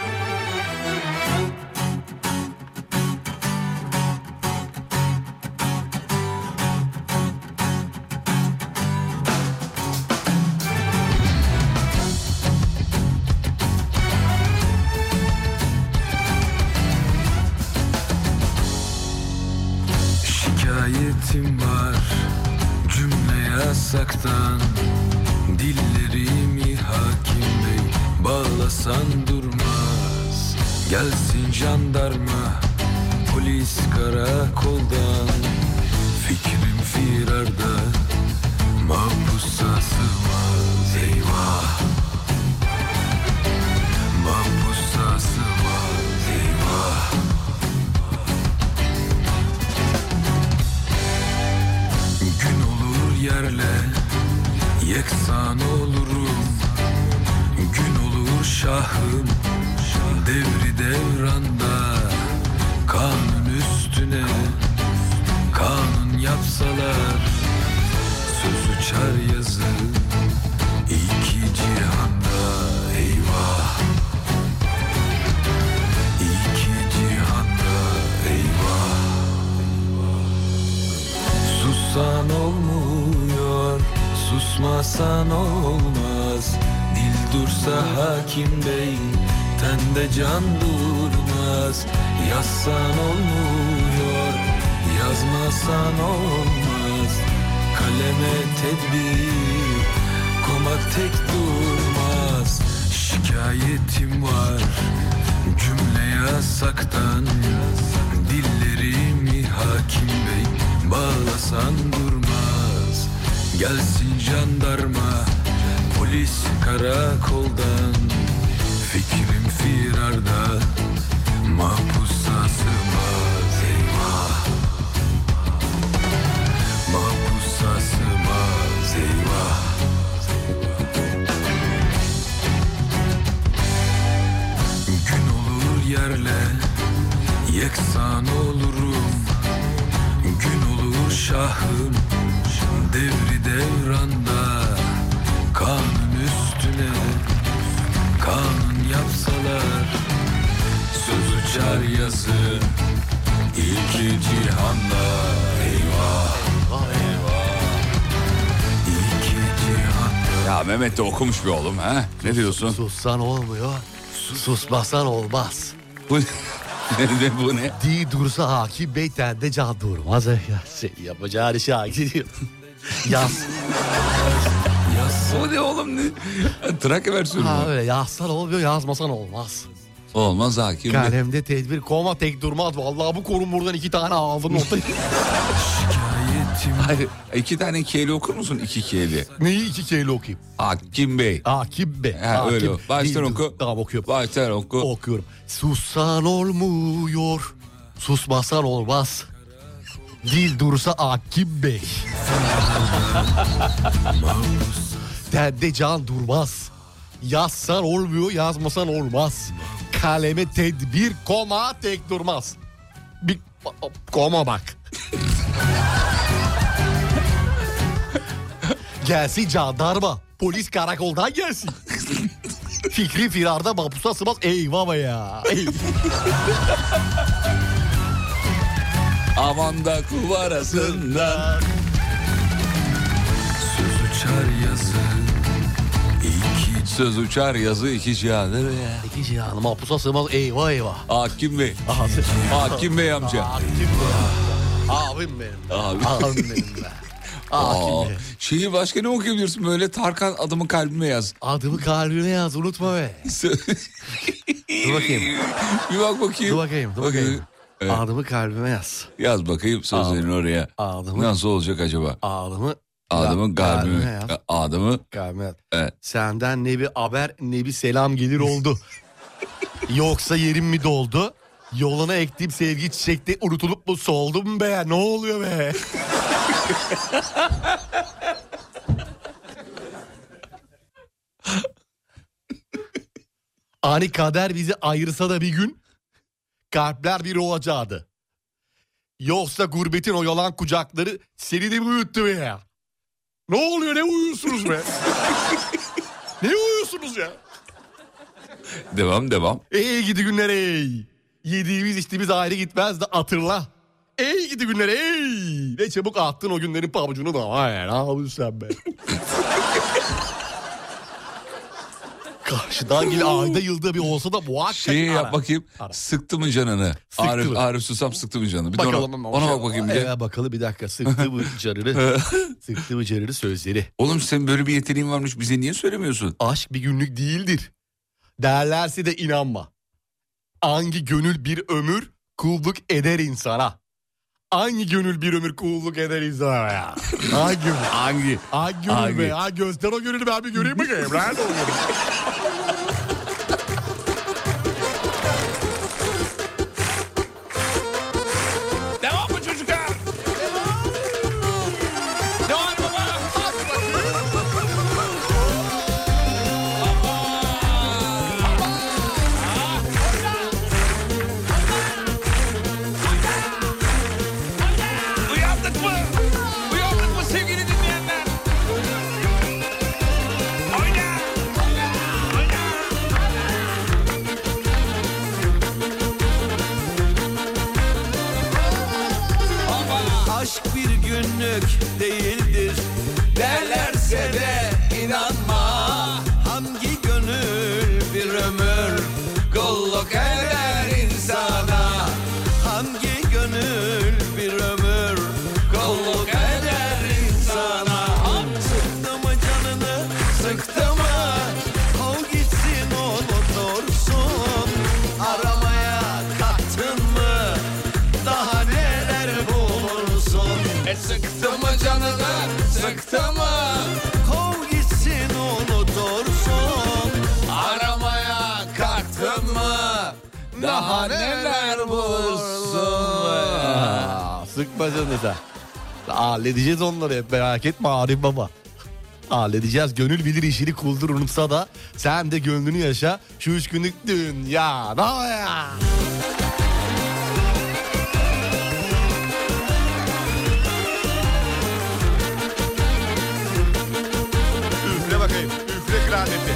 Speaker 6: Şikayetim var cümle yasaktan. Dillerimi hakim bey bağlasan durmaz. Gelsin jandarma polis karakoldan. Fikrim firarda mahpusa sığmaz. Eyvah, mahpusa sığmaz. Eyvah. Gün olur yerle yeksan olurum. Gün olur şahım devri devranda. Kanun üstüne kanun yapsalar. Söz uçar yazı iki cihanda. Eyvah, iki cihanda. Eyvah. Sussan olmuyor, susmasan olmaz. Dil dursa hakim bey, tende can durmaz. Yazsan olmuyor, yazmasan olmaz. Kaleme tedbir, komak tek durmaz. Şikayetim var cümle yasaktan. Dillerimi hakim bey bağlasan durmaz. Gelsin jandarma polis karakoldan. Fikrim firarda mahpusa sığmaz. Eyvah, mahpusa sığmaz. Eyvah. Gün olur yerle yeksan olurum. Gün olur şahım devri devranda. Kanun üstüne kanun yapsalar.
Speaker 4: Ya Mehmet de okumuş bir oğlum ha. Ne diyorsun?
Speaker 5: Sussan olmuyor. Susmasan olmaz.
Speaker 4: Bu ne, bu ne?
Speaker 5: Di dursa hakim bey tende can durmaz. Ya, şey, yapacağın işe hakim. Yaz.
Speaker 4: Bu ne oğlum ne? Trakya versiyonu
Speaker 5: Ha
Speaker 4: mu?
Speaker 5: öyle yazsan olmuyor, yazmasan olmaz.
Speaker 4: Olmaz hakim.
Speaker 5: Kalemde tedbir koma tek durmaz. Vallahi bu korun buradan iki tane ağzını ortaya.
Speaker 4: Hayır, iki tane K'li okur musun? İki K'li.
Speaker 5: Neyi iki K'li okuyayım?
Speaker 4: Hakim Bey.
Speaker 5: Hakim Bey.
Speaker 4: Ha,
Speaker 5: Hakim.
Speaker 4: öyle. Baştan
Speaker 5: Değil,
Speaker 4: oku.
Speaker 5: Tamam okuyorum.
Speaker 4: Baştan oku.
Speaker 5: Okuyorum. Sussan olmuyor. Susmasan olmaz. Dil dursa Hakim Bey. Tende can durmaz. Yazsan olmuyor, yazmasan olmaz. Kaleme tedbir, koma tek durmaz. Bir koma bak. Gelsin jandarma, polis karakoldan gelsin. Fikri firarda mahpusa sığmaz. Eyvah be ya.
Speaker 4: Aman da kuvarasında.
Speaker 6: Söz uçar yazı iki.
Speaker 4: Söz uçar yazı iki cihandır ya.
Speaker 5: İki cihanı mahpusa sığmaz. Eyvah eyvah.
Speaker 4: Hakim Bey. Hakim Bey amca.
Speaker 5: Hakim Bey. Abim benim.
Speaker 4: Abi.
Speaker 5: Abim benim be.
Speaker 4: Aa,
Speaker 5: Hakim Bey.
Speaker 4: şeyi başka ne okuyabilirsin böyle Tarkan adımı kalbime yaz.
Speaker 5: Adımı kalbine yaz, unutma be. Dur bakayım.
Speaker 4: Bir bak bakayım.
Speaker 5: Dur bakayım, dur bakayım.
Speaker 4: Evet.
Speaker 5: Adımı kalbime yaz.
Speaker 4: Yaz bakayım sözlerini oraya.
Speaker 5: Adımı,
Speaker 4: Nasıl olacak acaba?
Speaker 5: adımı,
Speaker 4: Adımın
Speaker 5: kalbime
Speaker 4: kalbime.
Speaker 5: yaz.
Speaker 4: Adımı.
Speaker 5: Kalbime yaz.
Speaker 4: Evet.
Speaker 5: Senden ne bir haber ne bir selam gelir oldu. Yoksa yerim mi doldu? Yoluna ektiğim sevgi çiçekte unutulup mu soldum be? Ne oluyor be? Hani kader bizi ayırsa da bir gün kalpler bir olacaktı. Yoksa gurbetin o yalan kucakları seni de mi uyuttu be ya? Ne oluyor, ne uyuyorsunuz be? Ne uyuyorsunuz ya?
Speaker 4: Devam devam.
Speaker 5: Ey gidi günler ey. Yediğimiz içtiğimiz ayrı gitmez de hatırla. Ey gidi günler ey. Ne çabuk attın o günlerin pabucunu da. Vay ne yapıyorsun sen be? Karşıdan gel ayda yılda bir olsa da muhakkak
Speaker 4: Şeyi
Speaker 5: ara.
Speaker 4: yap bakayım.
Speaker 5: Ara.
Speaker 4: Sıktı mı canını?
Speaker 5: Sıktı
Speaker 4: Arif,
Speaker 5: mı?
Speaker 4: Arif Susam sıktı mı canını? Bir de
Speaker 5: Bakalım
Speaker 4: ona,
Speaker 5: ama
Speaker 4: ona
Speaker 5: şey-
Speaker 4: bak bakayım bir de.
Speaker 5: Ee, bakalım bir dakika. Sıktı mı canını? Sıktı mı canını sözleri.
Speaker 4: Oğlum senin böyle bir yeteneğin varmış bize niye söylemiyorsun?
Speaker 5: Aşk bir günlük değildir. Derlerse de inanma. Hangi gönül bir ömür kulluk eder insana. Hangi gönül bir ömür kulluk eder insana ya? Hangi gönül?
Speaker 4: Hangi?
Speaker 5: Hangi gönül
Speaker 4: Hangi?
Speaker 5: be? Ha, göster o gönülü ben bir göreyim bakayım. Nerede o gönül?
Speaker 4: Devam mı çocuklar? Devam baba. Uyandık mı? Uyandık mı sevgili dinleyenler? Oyna! Oyna!
Speaker 2: Aşk bir günlük değildir derlerse de inanma. Hangi gönül bir ömür kulluk eder insana. Hangi gönül bir ömür kulluk eder insana. Sıktı mı canını, sıktı mı? Kov gitsin unutursun. Aramaya kalktın mı? Daha neler bulursun.
Speaker 4: E sıktı mı canını? Sıktı mı?
Speaker 2: Kov gitsin unutursun.
Speaker 4: Aramaya kalktın mı? Daha neler bulursun?
Speaker 5: Aa, sıkma canını sen. Halledeceğiz onları hep merak etme Arif Baba. Halledeceğiz. Gönül bilir işini kuldur unutsa da sen de gönlünü yaşa şu üç günlük dünyada ya. Üfle bakayım. Üfle klarneti.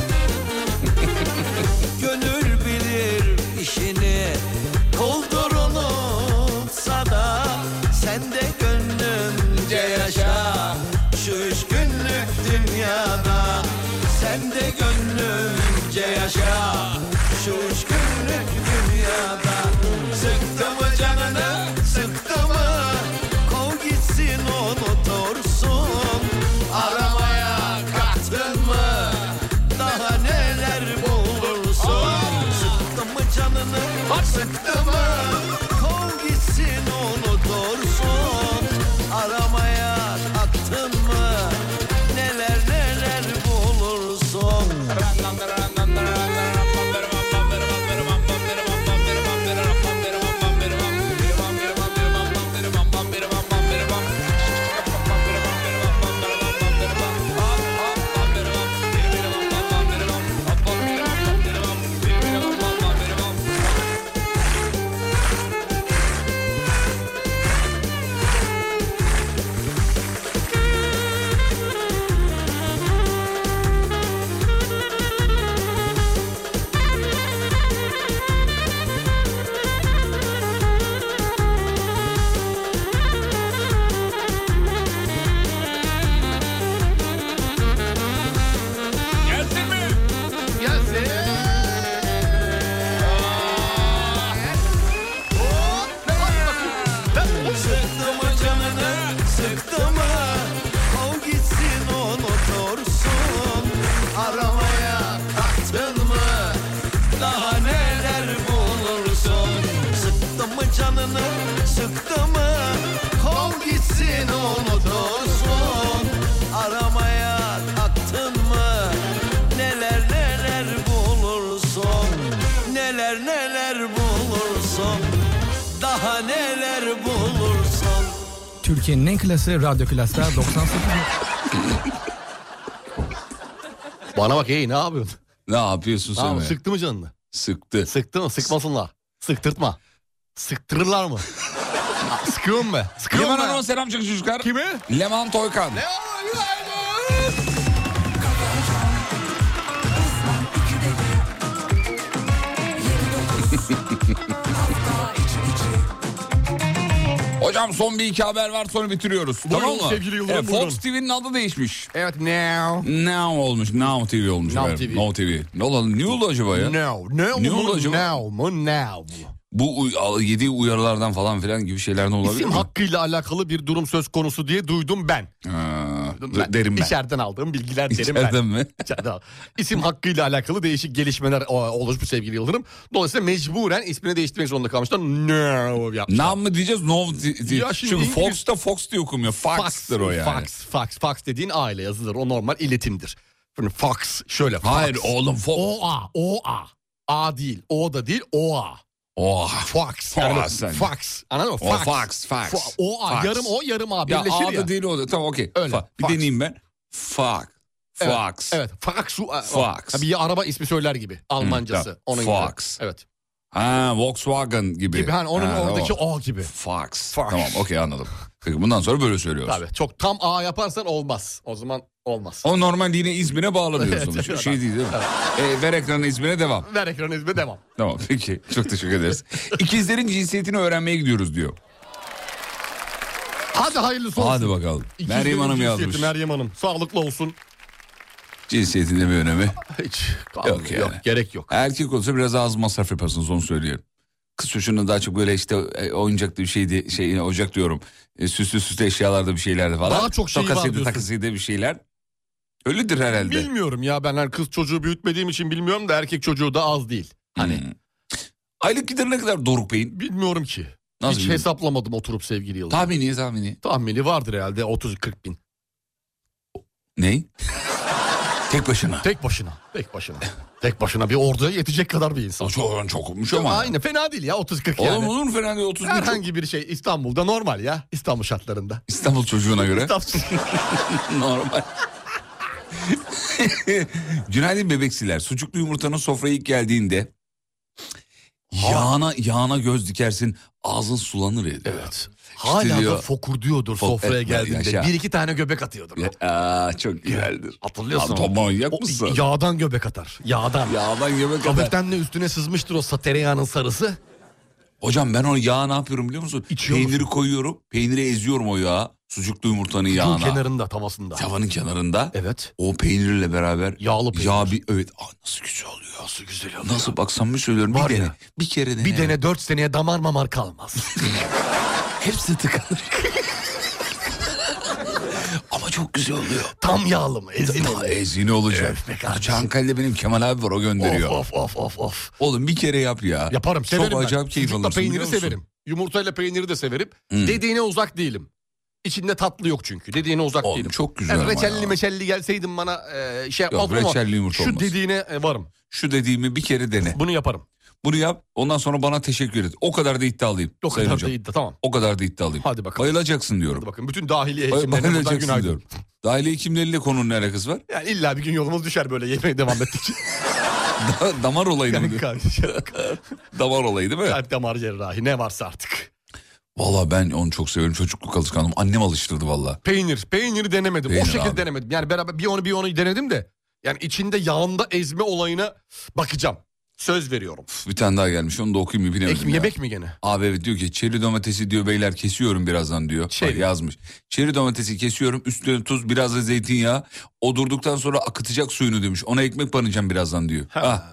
Speaker 2: Gönül bilir işini koldur unutsa da sen de gönlünce yaşa şu üç günlük dünyada. sen de gönlünce yaşa. Şu üç günlük dünyada sıktı mı canını, sıktı mı? Kov gitsin unutursun. Aramaya kalktın mı? Daha neler bulursun? Sıktı mı canını, sıktı mı? Kov gitsin unutursun. Aramaya kalktın mı? Neler neler bulursun.
Speaker 4: Gelsin mi?
Speaker 5: Gelsin.
Speaker 2: Sıktı mı canını, sıktı mı? Kov gitsin unutursun. Aramaya kalktın mı? Daha neler bulursun. Sıktı mı canını, sıktı mı? Kov gitsin unutursun. Aramaya kalktın mı? Neler neler bulursun. Neler neler bulursun. Daha neler bulursun.
Speaker 10: Türkiye'nin en klası Radyo Klas'ta doksan sekiz.
Speaker 5: Bana bak hey ne yapıyorsun?
Speaker 4: Ne yapıyorsun sen
Speaker 5: Tamam,
Speaker 4: be?
Speaker 5: sıktı mı canını?
Speaker 4: Sıktı.
Speaker 5: Sıktı mı? Sıkmasınlar. Sıktırtma. Sıktırırlar mı? Aa, Sıkıyor mu be? Sıkıyor
Speaker 4: Leman
Speaker 5: mu be?
Speaker 4: Hanım'a selam çıkın çocuklar.
Speaker 5: Kimi?
Speaker 4: Leman Toykan. Hocam son bir iki haber var sonra bitiriyoruz.
Speaker 5: Buyurun
Speaker 4: tamam mı?
Speaker 5: sevgili Yıldırım,
Speaker 4: Evet,
Speaker 5: buyurun.
Speaker 4: Fox T V'nin adı değişmiş.
Speaker 5: Evet now.
Speaker 4: Now olmuş. Now T V olmuş.
Speaker 5: Now
Speaker 4: efendim.
Speaker 5: T V.
Speaker 4: Now T V. Ne oldu? Ne oldu acaba ya?
Speaker 5: Now. Now
Speaker 4: Ne
Speaker 5: mu?
Speaker 4: oldu acaba?
Speaker 5: Now mu? Now.
Speaker 4: Bu uy- yediği uyarılardan falan filan gibi şeylerden olabilir
Speaker 5: İsim
Speaker 4: mi?
Speaker 5: hakkıyla alakalı bir durum söz konusu diye duydum ben.
Speaker 4: Ha,
Speaker 5: Ben.
Speaker 4: derim ben.
Speaker 5: İçeriden aldığım bilgiler derim
Speaker 4: İçeriden
Speaker 5: ben.
Speaker 4: mi?
Speaker 5: İçeriden al- İsim hakkıyla alakalı değişik gelişmeler o, oluşmuş sevgili Yıldırım. Dolayısıyla mecburen ismini değiştirmek zorunda kalmışlar. No yapmışlar.
Speaker 4: Nam mı diyeceğiz? No di- di-
Speaker 5: Ya şimdi
Speaker 4: Çünkü
Speaker 5: İngiliz-
Speaker 4: Fox da Fox diye okumuyor. Fox'tır o yani.
Speaker 5: Fox, Fox, Fox dediğin A ile yazılır. O normal iletimdir. Şimdi Fox şöyle. Fox.
Speaker 4: Hayır oğlum Fox.
Speaker 5: O A, O A. A değil, O da değil, O A.
Speaker 4: Oh.
Speaker 5: Fox.
Speaker 4: Oh,
Speaker 5: Yani
Speaker 4: sen.
Speaker 5: Fox. Anladın mı?
Speaker 4: O Fox, Fox.
Speaker 5: Fo- O A.
Speaker 4: Fox.
Speaker 5: Yarım O, yarım A.
Speaker 4: Ya
Speaker 5: Birleşir ya.
Speaker 4: A'da değil o da. Tamam okey.
Speaker 5: Öyle,
Speaker 4: Fa- Bir
Speaker 5: Fox.
Speaker 4: deneyeyim ben. Fox.
Speaker 5: Evet,
Speaker 4: Fox.
Speaker 5: Evet. Fox. o-
Speaker 4: Fox.
Speaker 5: Ha, bir araba ismi söyler gibi. Almancası.
Speaker 4: tamam.
Speaker 5: Onun
Speaker 4: Fox.
Speaker 5: Gibi. Evet.
Speaker 4: Ha Volkswagen gibi.
Speaker 5: Gibi. Hani onun
Speaker 4: Ha,
Speaker 5: oradaki
Speaker 4: o.
Speaker 5: O gibi.
Speaker 4: Fox.
Speaker 5: Fox.
Speaker 4: Tamam okey anladım. Peki bundan sonra böyle söylüyoruz.
Speaker 5: Tabii. Çok tam A yaparsan olmaz. O zaman olmaz.
Speaker 4: O normal yine ismine bağlanıyorsunuz.
Speaker 5: Evet,
Speaker 4: Şey,
Speaker 5: evet.
Speaker 4: şey değil değil mi? E, ver ekranın ismine devam.
Speaker 5: Ver ekran ismi devam.
Speaker 4: Tamam peki çok teşekkür ederiz. İkizlerin cinsiyetini öğrenmeye gidiyoruz diyor.
Speaker 5: Hadi hayırlısı olsun.
Speaker 4: Hadi bakalım.
Speaker 5: İkizlerin
Speaker 4: Meryem Hanım
Speaker 5: cinsiyeti
Speaker 4: yazmış.
Speaker 5: Meryem Hanım. Sağlıklı olsun.
Speaker 4: Cinsiyetinde bir önemi.
Speaker 5: Hiç.
Speaker 4: Yok yani.
Speaker 5: Yok, gerek yok.
Speaker 4: Erkek olsa biraz az masraf yaparsınız onu söylüyorum. Kız çocuğuna daha çok böyle işte e, oyuncaklı bir şeydi, şey oyuncak diyorum. E, süslü süslü eşyalarda bir şeylerdi falan.
Speaker 5: Daha çok şeyi var
Speaker 4: Tokasıydı,
Speaker 5: diyorsun.
Speaker 4: takısıydı bir şeyler. Öyledir herhalde.
Speaker 5: Bilmiyorum ya ben hani kız çocuğu büyütmediğim için bilmiyorum da erkek çocuğu da az değil. Hani
Speaker 4: Hmm. Aylık gider ne kadar Doruk Bey'in?
Speaker 5: bilmiyorum ki.
Speaker 4: Nasıl
Speaker 5: Hiç
Speaker 4: bilmiyorum?
Speaker 5: hesaplamadım oturup sevgili Yıldırım.
Speaker 4: Tahmini tahmini.
Speaker 5: Tahmini vardır herhalde otuz kırk bin.
Speaker 4: Ney? Tek başına.
Speaker 5: Tek başına. Tek başına. Tek başına bir orduya yetecek kadar bir insan.
Speaker 4: O çok, çok olmuş ama.
Speaker 5: Aynı fena değil ya otuz kırk
Speaker 4: Oğlum
Speaker 5: yani.
Speaker 4: olur mu fena değil otuz bin çok.
Speaker 5: Herhangi bir şey İstanbul'da normal ya. İstanbul şartlarında.
Speaker 4: İstanbul çocuğuna göre.
Speaker 5: İstanbul.
Speaker 4: Normal. Günaydın bebeksiler. Sucuklu yumurtanın sofraya ilk geldiğinde yağına yağına göz dikersin ağzın sulanır ya.
Speaker 5: Evet. Hala da
Speaker 4: diyor,
Speaker 5: fokur diyordur
Speaker 4: Fok-
Speaker 5: sofraya
Speaker 4: evet,
Speaker 5: geldiğinde.
Speaker 4: yaşa.
Speaker 5: Bir iki tane göbek atıyordur.
Speaker 4: Ya, aa, çok güzeldir.
Speaker 5: Hatırlıyorsun.
Speaker 4: Abi, tamam, manyak
Speaker 5: O
Speaker 4: mısın?
Speaker 5: Yağdan göbek atar. Yağdan.
Speaker 4: Yağdan göbek kadar.
Speaker 5: Göbekten de üstüne sızmıştır o sa- tereyağının sarısı.
Speaker 4: Hocam ben o yağı ne yapıyorum biliyor musun?
Speaker 5: İçiyor
Speaker 4: Peyniri
Speaker 5: musun?
Speaker 4: koyuyorum. Peyniri eziyorum o yağı. Sucuklu yumurtanın
Speaker 5: Sucuğun
Speaker 4: yağına.
Speaker 5: kenarında, tavasında.
Speaker 4: Tavanın kenarında.
Speaker 5: Evet.
Speaker 4: O peynirle beraber.
Speaker 5: Yağlı peynir.
Speaker 4: Yağ bir evet. Aa, nasıl güzel oluyor.
Speaker 5: Nasıl güzel oluyor.
Speaker 4: Nasıl bak samimi söylüyorum.
Speaker 5: Var
Speaker 4: bir
Speaker 5: ya,
Speaker 4: dene. Bir kere dene.
Speaker 5: Bir dene dört seneye damar mamar kalmaz.
Speaker 4: Hepsi tıkanır. Ama çok güzel oluyor.
Speaker 5: Tam yağlı mı? Ezine mi?
Speaker 4: Ezine olacak.
Speaker 5: Öf be kardeşim.
Speaker 4: Çankaya'da benim Kemal abi var, o gönderiyor.
Speaker 5: Of of of of.
Speaker 4: Oğlum bir kere yap ya.
Speaker 5: Yaparım, severim
Speaker 4: Çok
Speaker 5: ben.
Speaker 4: acayip keyif
Speaker 5: Sucukla
Speaker 4: alırsın,
Speaker 5: peyniri
Speaker 4: biliyor musun?
Speaker 5: severim. Yumurtayla peyniri de severim.
Speaker 4: Hmm.
Speaker 5: Dediğine uzak değilim. İçinde tatlı yok çünkü. Dediğine uzak
Speaker 4: Oğlum
Speaker 5: değilim.
Speaker 4: çok güzel
Speaker 5: Yani
Speaker 4: ama
Speaker 5: reçelli
Speaker 4: ya.
Speaker 5: meçelli gelseydin bana e, şey
Speaker 4: Yok,
Speaker 5: yapmazdım ama
Speaker 4: reçelli yumurta
Speaker 5: şu
Speaker 4: olmaz.
Speaker 5: dediğine e, varım.
Speaker 4: Şu dediğimi bir kere dene.
Speaker 5: Bunu yaparım.
Speaker 4: Bunu yap, ondan sonra bana teşekkür et. O kadar da iddialıyım.
Speaker 5: O
Speaker 4: Sayın
Speaker 5: kadar
Speaker 4: hocam.
Speaker 5: da iddia, tamam.
Speaker 4: O kadar da iddialıyım.
Speaker 5: Hadi bakalım.
Speaker 4: Bayılacaksın diyorum.
Speaker 5: Hadi bakın, bütün dahiliye
Speaker 4: Bay-
Speaker 5: hekimlerine buradan
Speaker 4: Bayılacaksın
Speaker 5: günaydın.
Speaker 4: diyorum. Dahiliye hekimleriyle konunun ne alakası var?
Speaker 5: Yani illa bir gün yolumuz düşer böyle yemeğe devam ettikçe.
Speaker 4: Da- damar olayı mı? Damar olayı değil mi?
Speaker 5: Kalp damar cerrahi ne varsa artık.
Speaker 4: Valla ben onu çok seviyorum. Çocukluk alışkanlığım. Annem alıştırdı valla.
Speaker 5: Peynir. Peyniri denemedim.
Speaker 4: Peynir
Speaker 5: o şekilde
Speaker 4: abi.
Speaker 5: denemedim. Yani beraber bir onu bir onu denedim de. Yani içinde yağında ezme olayına bakacağım. Söz veriyorum.
Speaker 4: Bir tane daha gelmiş, onu da okuyayım mı bilemedim
Speaker 5: Ek mi,
Speaker 4: ya.
Speaker 5: yemek mi gene?
Speaker 4: Abi evet, diyor ki çeri domatesi diyor beyler kesiyorum birazdan diyor.
Speaker 5: Çeri.
Speaker 4: Bak, yazmış. Çeri domatesi kesiyorum, üstüne tuz, biraz da zeytinyağı. O durduktan sonra akıtacak suyunu demiş. Ona ekmek banacağım birazdan diyor.
Speaker 5: Ha.
Speaker 4: Ah,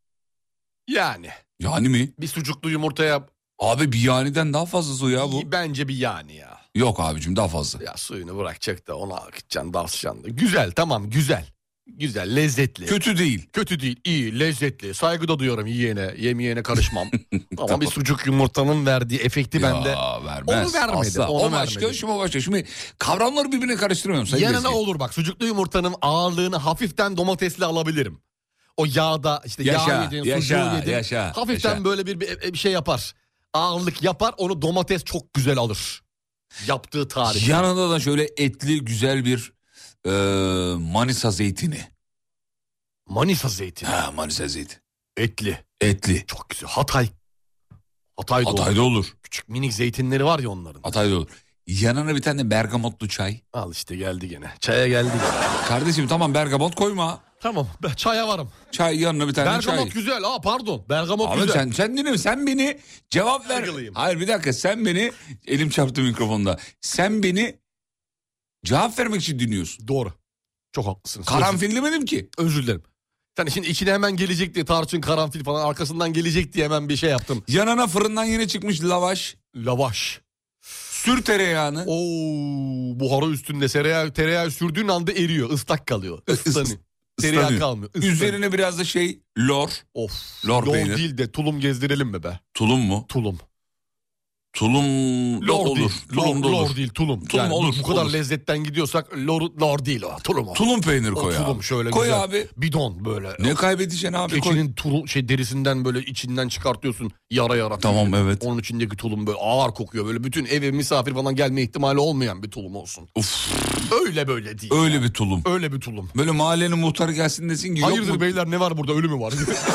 Speaker 5: Yani.
Speaker 4: yani mi?
Speaker 5: Bir sucuklu yumurtaya
Speaker 4: Abi bir yaniden daha fazlası ya bu.
Speaker 5: bence bir yani ya.
Speaker 4: Yok abicim, daha fazla.
Speaker 5: Ya suyunu bırakacak da ona akıtacaksın, dalsacaksın da. Güzel, tamam, güzel. Güzel, lezzetli.
Speaker 4: Kötü değil.
Speaker 5: Kötü değil, iyi, lezzetli. Saygı da duyuyorum yiyene, yemeyene karışmam. Ama bir sucuk yumurtanın verdiği efekti bende.
Speaker 4: Ya vermez.
Speaker 5: Onu vermedi.
Speaker 4: Asla.
Speaker 5: Onu
Speaker 4: o başka,
Speaker 5: vermedi.
Speaker 4: şu o başka. Şimdi kavramları birbirine karıştırmıyorum. Sayın
Speaker 5: Yanına
Speaker 4: Bezgin.
Speaker 5: olur bak, sucuklu yumurtanın ağırlığını hafiften domatesle alabilirim. O yağda işte
Speaker 4: Yaşa,
Speaker 5: yağ yedin,
Speaker 4: yaşa,
Speaker 5: sucuğu yedin.
Speaker 4: yaşa,
Speaker 5: hafiften
Speaker 4: yaşa.
Speaker 5: böyle bir, bir, bir şey yapar. Ağırlık yapar, onu domates çok güzel alır. Yaptığı tarif.
Speaker 4: Yanında da şöyle etli güzel bir e, Manisa zeytini.
Speaker 5: Manisa zeytini.
Speaker 4: Ha, Manisa zeytini.
Speaker 5: Etli.
Speaker 4: Etli.
Speaker 5: Çok güzel. Hatay. Hatay'da,
Speaker 4: Hatay'da
Speaker 5: olur.
Speaker 4: olur.
Speaker 5: Küçük minik zeytinleri var ya onların.
Speaker 4: Hatay'da olur. Yanına bir tane bergamotlu çay.
Speaker 5: Al işte, geldi gene. Çaya geldi gene.
Speaker 4: Kardeşim tamam, bergamot koyma.
Speaker 5: Tamam, ben çaya varım.
Speaker 4: Çay yanına bir tane
Speaker 5: Bergamot
Speaker 4: çay.
Speaker 5: güzel. Aa pardon. Bergamot
Speaker 4: Abi
Speaker 5: güzel.
Speaker 4: sen, sen dinle, sen beni cevap ver.
Speaker 5: Yargılıyım.
Speaker 4: Hayır bir dakika, sen beni, elim çarptı mikrofonda. Sen beni cevap vermek için dinliyorsun.
Speaker 5: Doğru. Çok haklısınız.
Speaker 4: Karanfil demedim ki.
Speaker 5: Özür dilerim. Sen şimdi içine hemen gelecek diye tarçın, karanfil falan arkasından gelecek diye hemen bir şey yaptım.
Speaker 4: Yanına fırından yeni çıkmış lavaş.
Speaker 5: Lavaş.
Speaker 4: Sür tereyağını.
Speaker 5: Oo, buharı üstünde tereyağı, tereyağı sürdüğün anda eriyor. Islak kalıyor. Islanıyor. Tereyağı
Speaker 4: Islanıyor.
Speaker 5: kalmıyor. Islanıyor.
Speaker 4: Üzerine biraz da şey lor.
Speaker 5: Of.
Speaker 4: Lor
Speaker 5: Lor
Speaker 4: peynir.
Speaker 5: değil de tulum gezdirelim mi be?
Speaker 4: Tulum mu?
Speaker 5: Tulum.
Speaker 4: Tulum da
Speaker 5: Lor
Speaker 4: olur.
Speaker 5: değil.
Speaker 4: Tulum da
Speaker 5: lor,
Speaker 4: olur.
Speaker 5: lor değil, tulum.
Speaker 4: Tulum
Speaker 5: Yani
Speaker 4: olur,
Speaker 5: Bu kadar
Speaker 4: olur.
Speaker 5: lezzetten gidiyorsak lor, lor değil o. Tulum o.
Speaker 4: Tulum peynir
Speaker 5: O
Speaker 4: koy
Speaker 5: tulum
Speaker 4: abi.
Speaker 5: şöyle
Speaker 4: Koy
Speaker 5: güzel.
Speaker 4: abi.
Speaker 5: Bidon böyle.
Speaker 4: Ne kaybedeceksin abi? Koy.
Speaker 5: Keçinin tulum, şey derisinden böyle içinden çıkartıyorsun yara yara.
Speaker 4: Tamam, evet.
Speaker 5: Onun içindeki tulum böyle ağır kokuyor. Böyle bütün eve misafir falan gelme ihtimali olmayan bir tulum olsun.
Speaker 4: Uf.
Speaker 5: Öyle böyle değil.
Speaker 4: Öyle
Speaker 5: yani.
Speaker 4: bir tulum.
Speaker 5: Öyle bir tulum.
Speaker 4: Böyle mahallenin muhtarı gelsin desin ki yok
Speaker 5: Hayırdır
Speaker 4: mu?
Speaker 5: beyler, ne var burada, ölü mü var?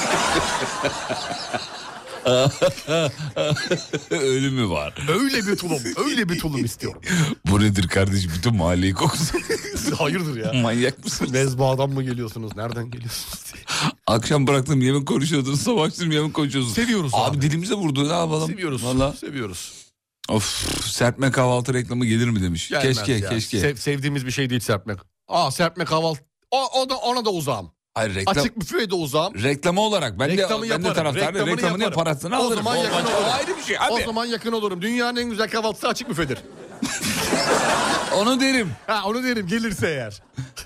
Speaker 4: Ölü mü var?
Speaker 5: Öyle bir tulum. Öyle bir tulum istiyorum.
Speaker 4: Bu nedir kardeşim? Bütün mahalleyi kokusun.
Speaker 5: Hayırdır ya.
Speaker 4: Manyak mısın?
Speaker 5: Mezbahadan mı geliyorsunuz? Nereden geliyorsunuz diye.
Speaker 4: Akşam bıraktım, yemek konuşuyordunuz. Sabah açtım, yemek konuşuyorsunuz.
Speaker 5: Seviyoruz
Speaker 4: abi.
Speaker 5: abi.
Speaker 4: Dilimize vurdu, ne yapalım?
Speaker 5: Seviyoruz.
Speaker 4: Vallahi.
Speaker 5: Seviyoruz.
Speaker 4: Of, serpme kahvaltı reklamı gelir mi demiş.
Speaker 5: Gelmez
Speaker 4: keşke
Speaker 5: ya.
Speaker 4: keşke.
Speaker 5: Sev- sevdiğimiz bir şey değil serpmek. Aa, serpme kahvaltı. O, o da, ona da uzağım.
Speaker 4: Hayır, reklam.
Speaker 5: Açık büfeye de uzağım.
Speaker 4: Reklamı olarak ben
Speaker 5: Reklamı
Speaker 4: de ben de
Speaker 5: yaparım,
Speaker 4: taraftarım.
Speaker 5: reklamını
Speaker 4: Reklamını
Speaker 5: yaparım.
Speaker 4: parasını
Speaker 5: O
Speaker 4: alırım.
Speaker 5: zaman
Speaker 4: O
Speaker 5: yakın
Speaker 4: başka-
Speaker 5: olurum.
Speaker 4: o ayrı bir şey abi.
Speaker 5: O zaman yakın olurum. Dünyanın en güzel kahvaltısı açık büfedir.
Speaker 4: Onu derim.
Speaker 5: Ha, onu derim gelirse eğer.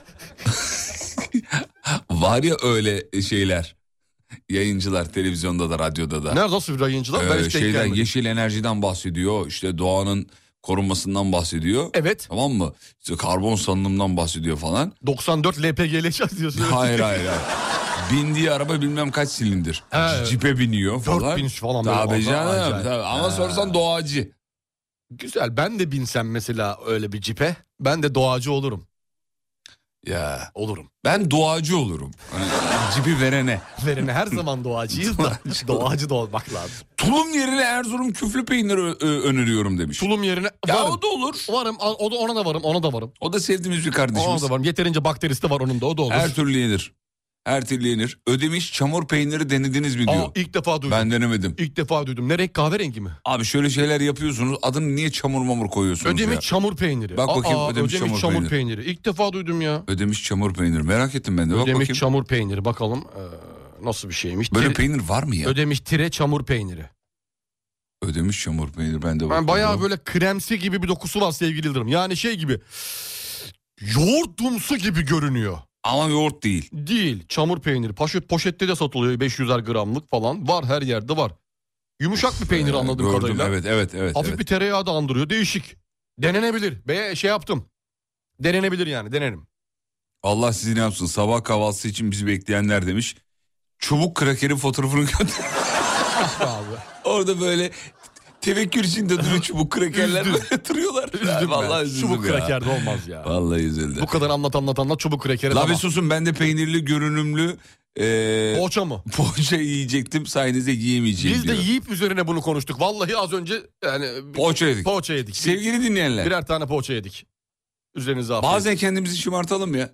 Speaker 4: Var ya öyle şeyler. Yayıncılar televizyonda da radyoda da.
Speaker 5: Nerede, nasıl bir yayıncılar? Ben
Speaker 4: Ee,
Speaker 5: hiç denk
Speaker 4: şeyden
Speaker 5: gelmedim.
Speaker 4: yeşil enerjiden bahsediyor. İşte doğanın korunmasından bahsediyor.
Speaker 5: Evet.
Speaker 4: Tamam mı? İşte karbon salınımından bahsediyor falan.
Speaker 5: doksan dört L P G L diyorsun.
Speaker 4: Hayır hayır hayır. Bindiği araba bilmem kaç silindir.
Speaker 5: Evet.
Speaker 4: Cipe biniyor falan.
Speaker 5: dört bin falan böyle
Speaker 4: Tabii
Speaker 5: valla,
Speaker 4: canım.
Speaker 5: acayip.
Speaker 4: Tabii. Ama
Speaker 5: Ha.
Speaker 4: sorsan doğacı.
Speaker 5: Güzel, ben de binsem mesela öyle bir cipe. Ben de doğacı olurum.
Speaker 4: Ya
Speaker 5: Olurum.
Speaker 4: ben doğacı olurum. Hani cipi verene.
Speaker 5: Verene her zaman doğacıyız da doğacı da olmak lazım.
Speaker 4: Tulum yerine Erzurum küflü peyniri ö- ö- öneriyorum demiş.
Speaker 5: Tulum yerine
Speaker 4: Ya
Speaker 5: varım.
Speaker 4: o da olur.
Speaker 5: Varım, o da, ona da varım, ona da varım.
Speaker 4: O da sevdiğimiz bir
Speaker 5: Ona
Speaker 4: kardeşimiz.
Speaker 5: da varım. Yeterince bakterisi de var onun da, o da olur.
Speaker 4: Her türlü yenir. Her türlü yenir. Ödemiş çamur peyniri denediniz mi diyor.
Speaker 5: Aa, ilk defa duydum.
Speaker 4: Ben denemedim.
Speaker 5: İlk defa duydum. Ne renk, kahverengi mi?
Speaker 4: Abi şöyle şeyler yapıyorsunuz. Adını niye çamur mamur koyuyorsunuz
Speaker 5: Ödemiş
Speaker 4: ya?
Speaker 5: çamur peyniri.
Speaker 4: Bak bakayım,
Speaker 5: Aa,
Speaker 4: ödemiş,
Speaker 5: ödemiş
Speaker 4: çamur,
Speaker 5: çamur
Speaker 4: peyniri.
Speaker 5: peyniri. İlk defa duydum ya.
Speaker 4: Ödemiş çamur peyniri. Merak ettim ben de. Bak
Speaker 5: Ödemiş
Speaker 4: bakayım.
Speaker 5: çamur peyniri. Bakalım ee, nasıl bir şeymiş.
Speaker 4: Böyle
Speaker 5: Tire-
Speaker 4: peynir var mı ya?
Speaker 5: Ödemiş tire çamur peyniri.
Speaker 4: Ödemiş çamur peyniri. Ben de bakıyorum.
Speaker 5: Yani bayağı böyle kremsi gibi bir dokusu var sevgili Yıldırım. Yani şey gibi. Yoğurtumsu gibi görünüyor.
Speaker 4: Ama yoğurt değil.
Speaker 5: Değil. Çamur peyniri. Poşet, poşette de satılıyor. beş yüzer gramlık falan. Var, her yerde var. Yumuşak bir peynir anladığım
Speaker 4: Gördüm,
Speaker 5: kadarıyla.
Speaker 4: evet evet evet.
Speaker 5: Hafif
Speaker 4: evet.
Speaker 5: bir tereyağı da andırıyor. Değişik. Denenebilir. Be şey yaptım. Denenebilir yani. Denerim.
Speaker 4: Allah sizi ne yapsın. Sabah kahvaltısı için bizi bekleyenler demiş. Çubuk krakerin fotoğrafını gönder.
Speaker 5: Abi.
Speaker 4: Orada böyle tevekkül içinde duruyor çubuk krakerler. Böyle duruyorlar.
Speaker 5: Üzüldüm
Speaker 4: Vallahi
Speaker 5: ben.
Speaker 4: üzüldüm
Speaker 5: Çubuk
Speaker 4: ya.
Speaker 5: kraker de olmaz ya.
Speaker 4: Vallahi üzüldüm.
Speaker 5: Bu kadar anlat anlat anlat çubuk krekere
Speaker 4: La
Speaker 5: tamam.
Speaker 4: bir susun, ben de peynirli görünümlü e,
Speaker 5: Poğaça mı?
Speaker 4: poğaça yiyecektim, sayenizde yiyemeyeceğim
Speaker 5: Biz de
Speaker 4: diyor.
Speaker 5: yiyip üzerine bunu konuştuk. Vallahi az önce yani
Speaker 4: Poğaça yedik.
Speaker 5: poğaça yedik.
Speaker 4: Sevgili dinleyenler.
Speaker 5: Birer tane poğaça yedik. Üzerinize afiyet.
Speaker 4: Bazen kendimizi şımartalım ya.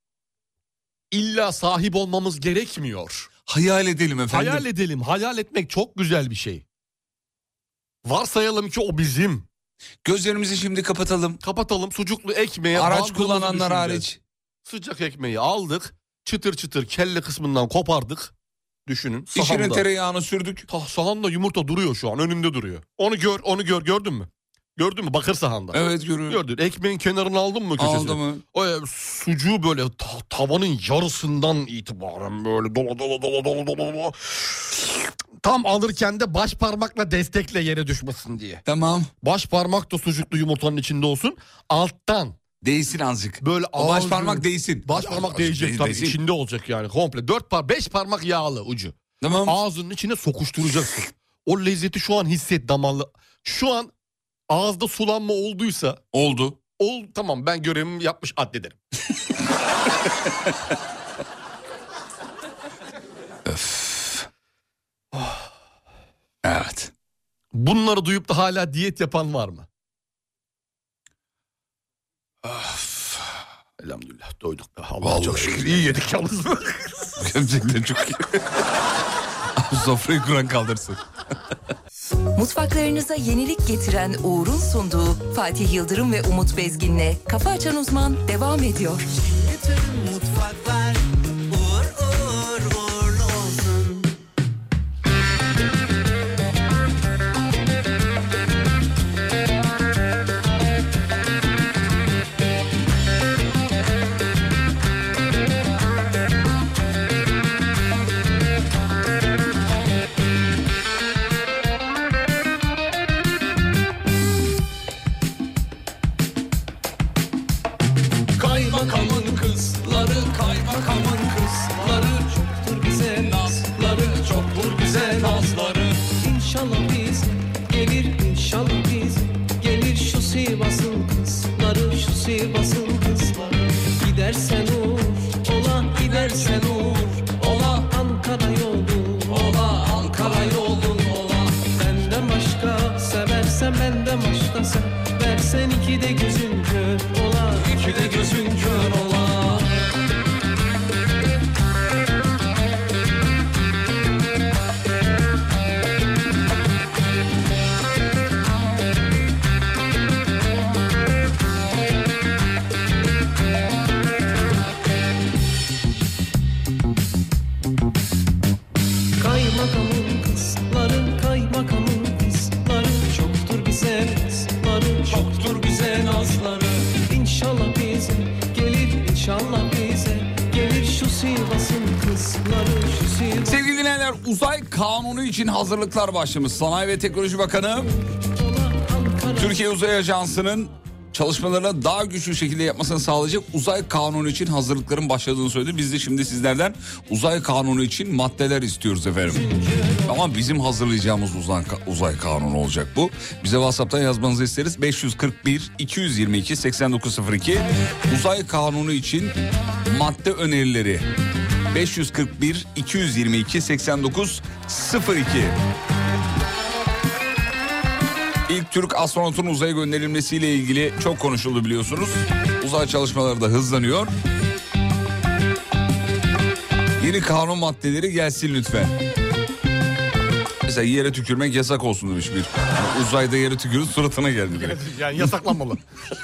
Speaker 5: İlla sahip olmamız gerekmiyor.
Speaker 4: Hayal edelim efendim.
Speaker 5: Hayal edelim. Hayal etmek çok güzel bir şey. Varsayalım ki o bizim.
Speaker 4: Gözlerimizi şimdi kapatalım.
Speaker 5: Kapatalım, sucuklu ekmeğe
Speaker 4: Araç
Speaker 5: bandığımızı
Speaker 4: kullananlar
Speaker 5: düşüneceğiz.
Speaker 4: hariç.
Speaker 5: Sıcak ekmeği aldık. Çıtır çıtır kelle kısmından kopardık. Düşünün.
Speaker 4: İçine
Speaker 5: Sahanda.
Speaker 4: tereyağını sürdük.
Speaker 5: Ta, sahanda yumurta duruyor şu an, önümde duruyor. Onu gör, onu gör, gördün mü? Gördün mü? Bakır sahanda.
Speaker 4: Evet görüyorum.
Speaker 5: Gördün. Ekmeğin kenarını aldın mı köşesini?
Speaker 4: Aldı mı?
Speaker 5: O e, sucuğu böyle ta- tavanın yarısından itibaren böyle dolu dolu dolu dolu dolu dolu. Tam alırken de baş parmakla destekle yere düşmesin diye.
Speaker 4: Tamam.
Speaker 5: Baş parmak da sucuklu yumurtanın içinde olsun. Alttan.
Speaker 4: Değsin azıcık.
Speaker 5: Böyle
Speaker 4: O baş
Speaker 5: ağzı-
Speaker 4: parmak değsin.
Speaker 5: Baş parmak değecek
Speaker 4: Değsin,
Speaker 5: tabii.
Speaker 4: değsin.
Speaker 5: İçinde olacak yani komple. Dört par, beş parmak yağlı ucu.
Speaker 4: Tamam.
Speaker 5: Ağzının içine sokuşturacaksın. O lezzeti şu an hisset damarlı. Şu an ağızda sulanma olduysa.
Speaker 4: Oldu.
Speaker 5: Ol, tamam, ben görevimi yapmış addederim.
Speaker 4: Öf. Evet.
Speaker 5: Bunları duyup da hala diyet yapan var mı?
Speaker 4: Öf.
Speaker 5: Elhamdülillah doyduk be. Allah
Speaker 4: Vallahi
Speaker 5: çok şükür iyi yedik yalnız.
Speaker 4: Gerçekten çok iyi. Sofrayı kuran kaldırsın.
Speaker 1: Mutfaklarınıza yenilik getiren Uğur'un sunduğu Fatih Yıldırım ve Umut Bezgin'le Kafa Açan Uzman devam ediyor.
Speaker 2: Bütün mutfaklar uğur uğur uğurlu olsun.
Speaker 6: Kaymakamın kızları, kaymakamın kızları, çoktur bize nazları, çoktur bize nazları. İnşallah biz gelir, inşallah biz gelir şu Sivas'ın kızları, şu Sivas'ın kızları. Gidersen uğur, ola gidersen uğur, ola Ankara yolun, ola Ankara yolun, ola. Benden başka seversen, benden başka seversen iki de gözün kör ola, iki de gözün kör ola. Kaymakamın kızları, kaymakamın kızları, çoktur bize nazları, çoktur bize nazları. İnşallah bize gelir, inşallah bize gelir şu Sivas'ın kızları, şu Sivas'ın.
Speaker 4: Sevgili dinleyenler, uzay kanunu için hazırlıklar başlamış. Sanayi ve Teknoloji Bakanı Türkiye Uzay Ajansı'nın çalışmalarına daha güçlü şekilde yapmasını sağlayacak uzay kanunu için hazırlıkların başladığını söyledi. Biz de şimdi sizlerden uzay kanunu için maddeler istiyoruz efendim. Ama bizim hazırlayacağımız uzay, uzay kanunu olacak bu. Bize WhatsApp'tan yazmanızı isteriz. beş yüz kırk bir iki yüz yirmi iki seksen dokuz sıfır iki uzay kanunu için madde önerileri. beş yüz kırk bir iki yüz yirmi iki seksen dokuz sıfır iki. İlk Türk astronotun uzaya gönderilmesiyle ilgili çok konuşuldu biliyorsunuz. Uzay çalışmaları da hızlanıyor. Yeni kanun maddeleri gelsin lütfen. Mesela yere tükürmek yasak olsun demiş bir. Yani uzayda yere tükürün suratına geldi direkt.
Speaker 5: Yani yasaklanmalı.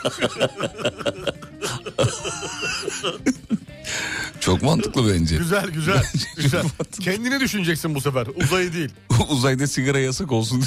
Speaker 4: Çok mantıklı bence.
Speaker 5: Güzel güzel. güzel. Kendini düşüneceksin bu sefer. Uzayı değil.
Speaker 4: Uzayda sigara yasak olsun.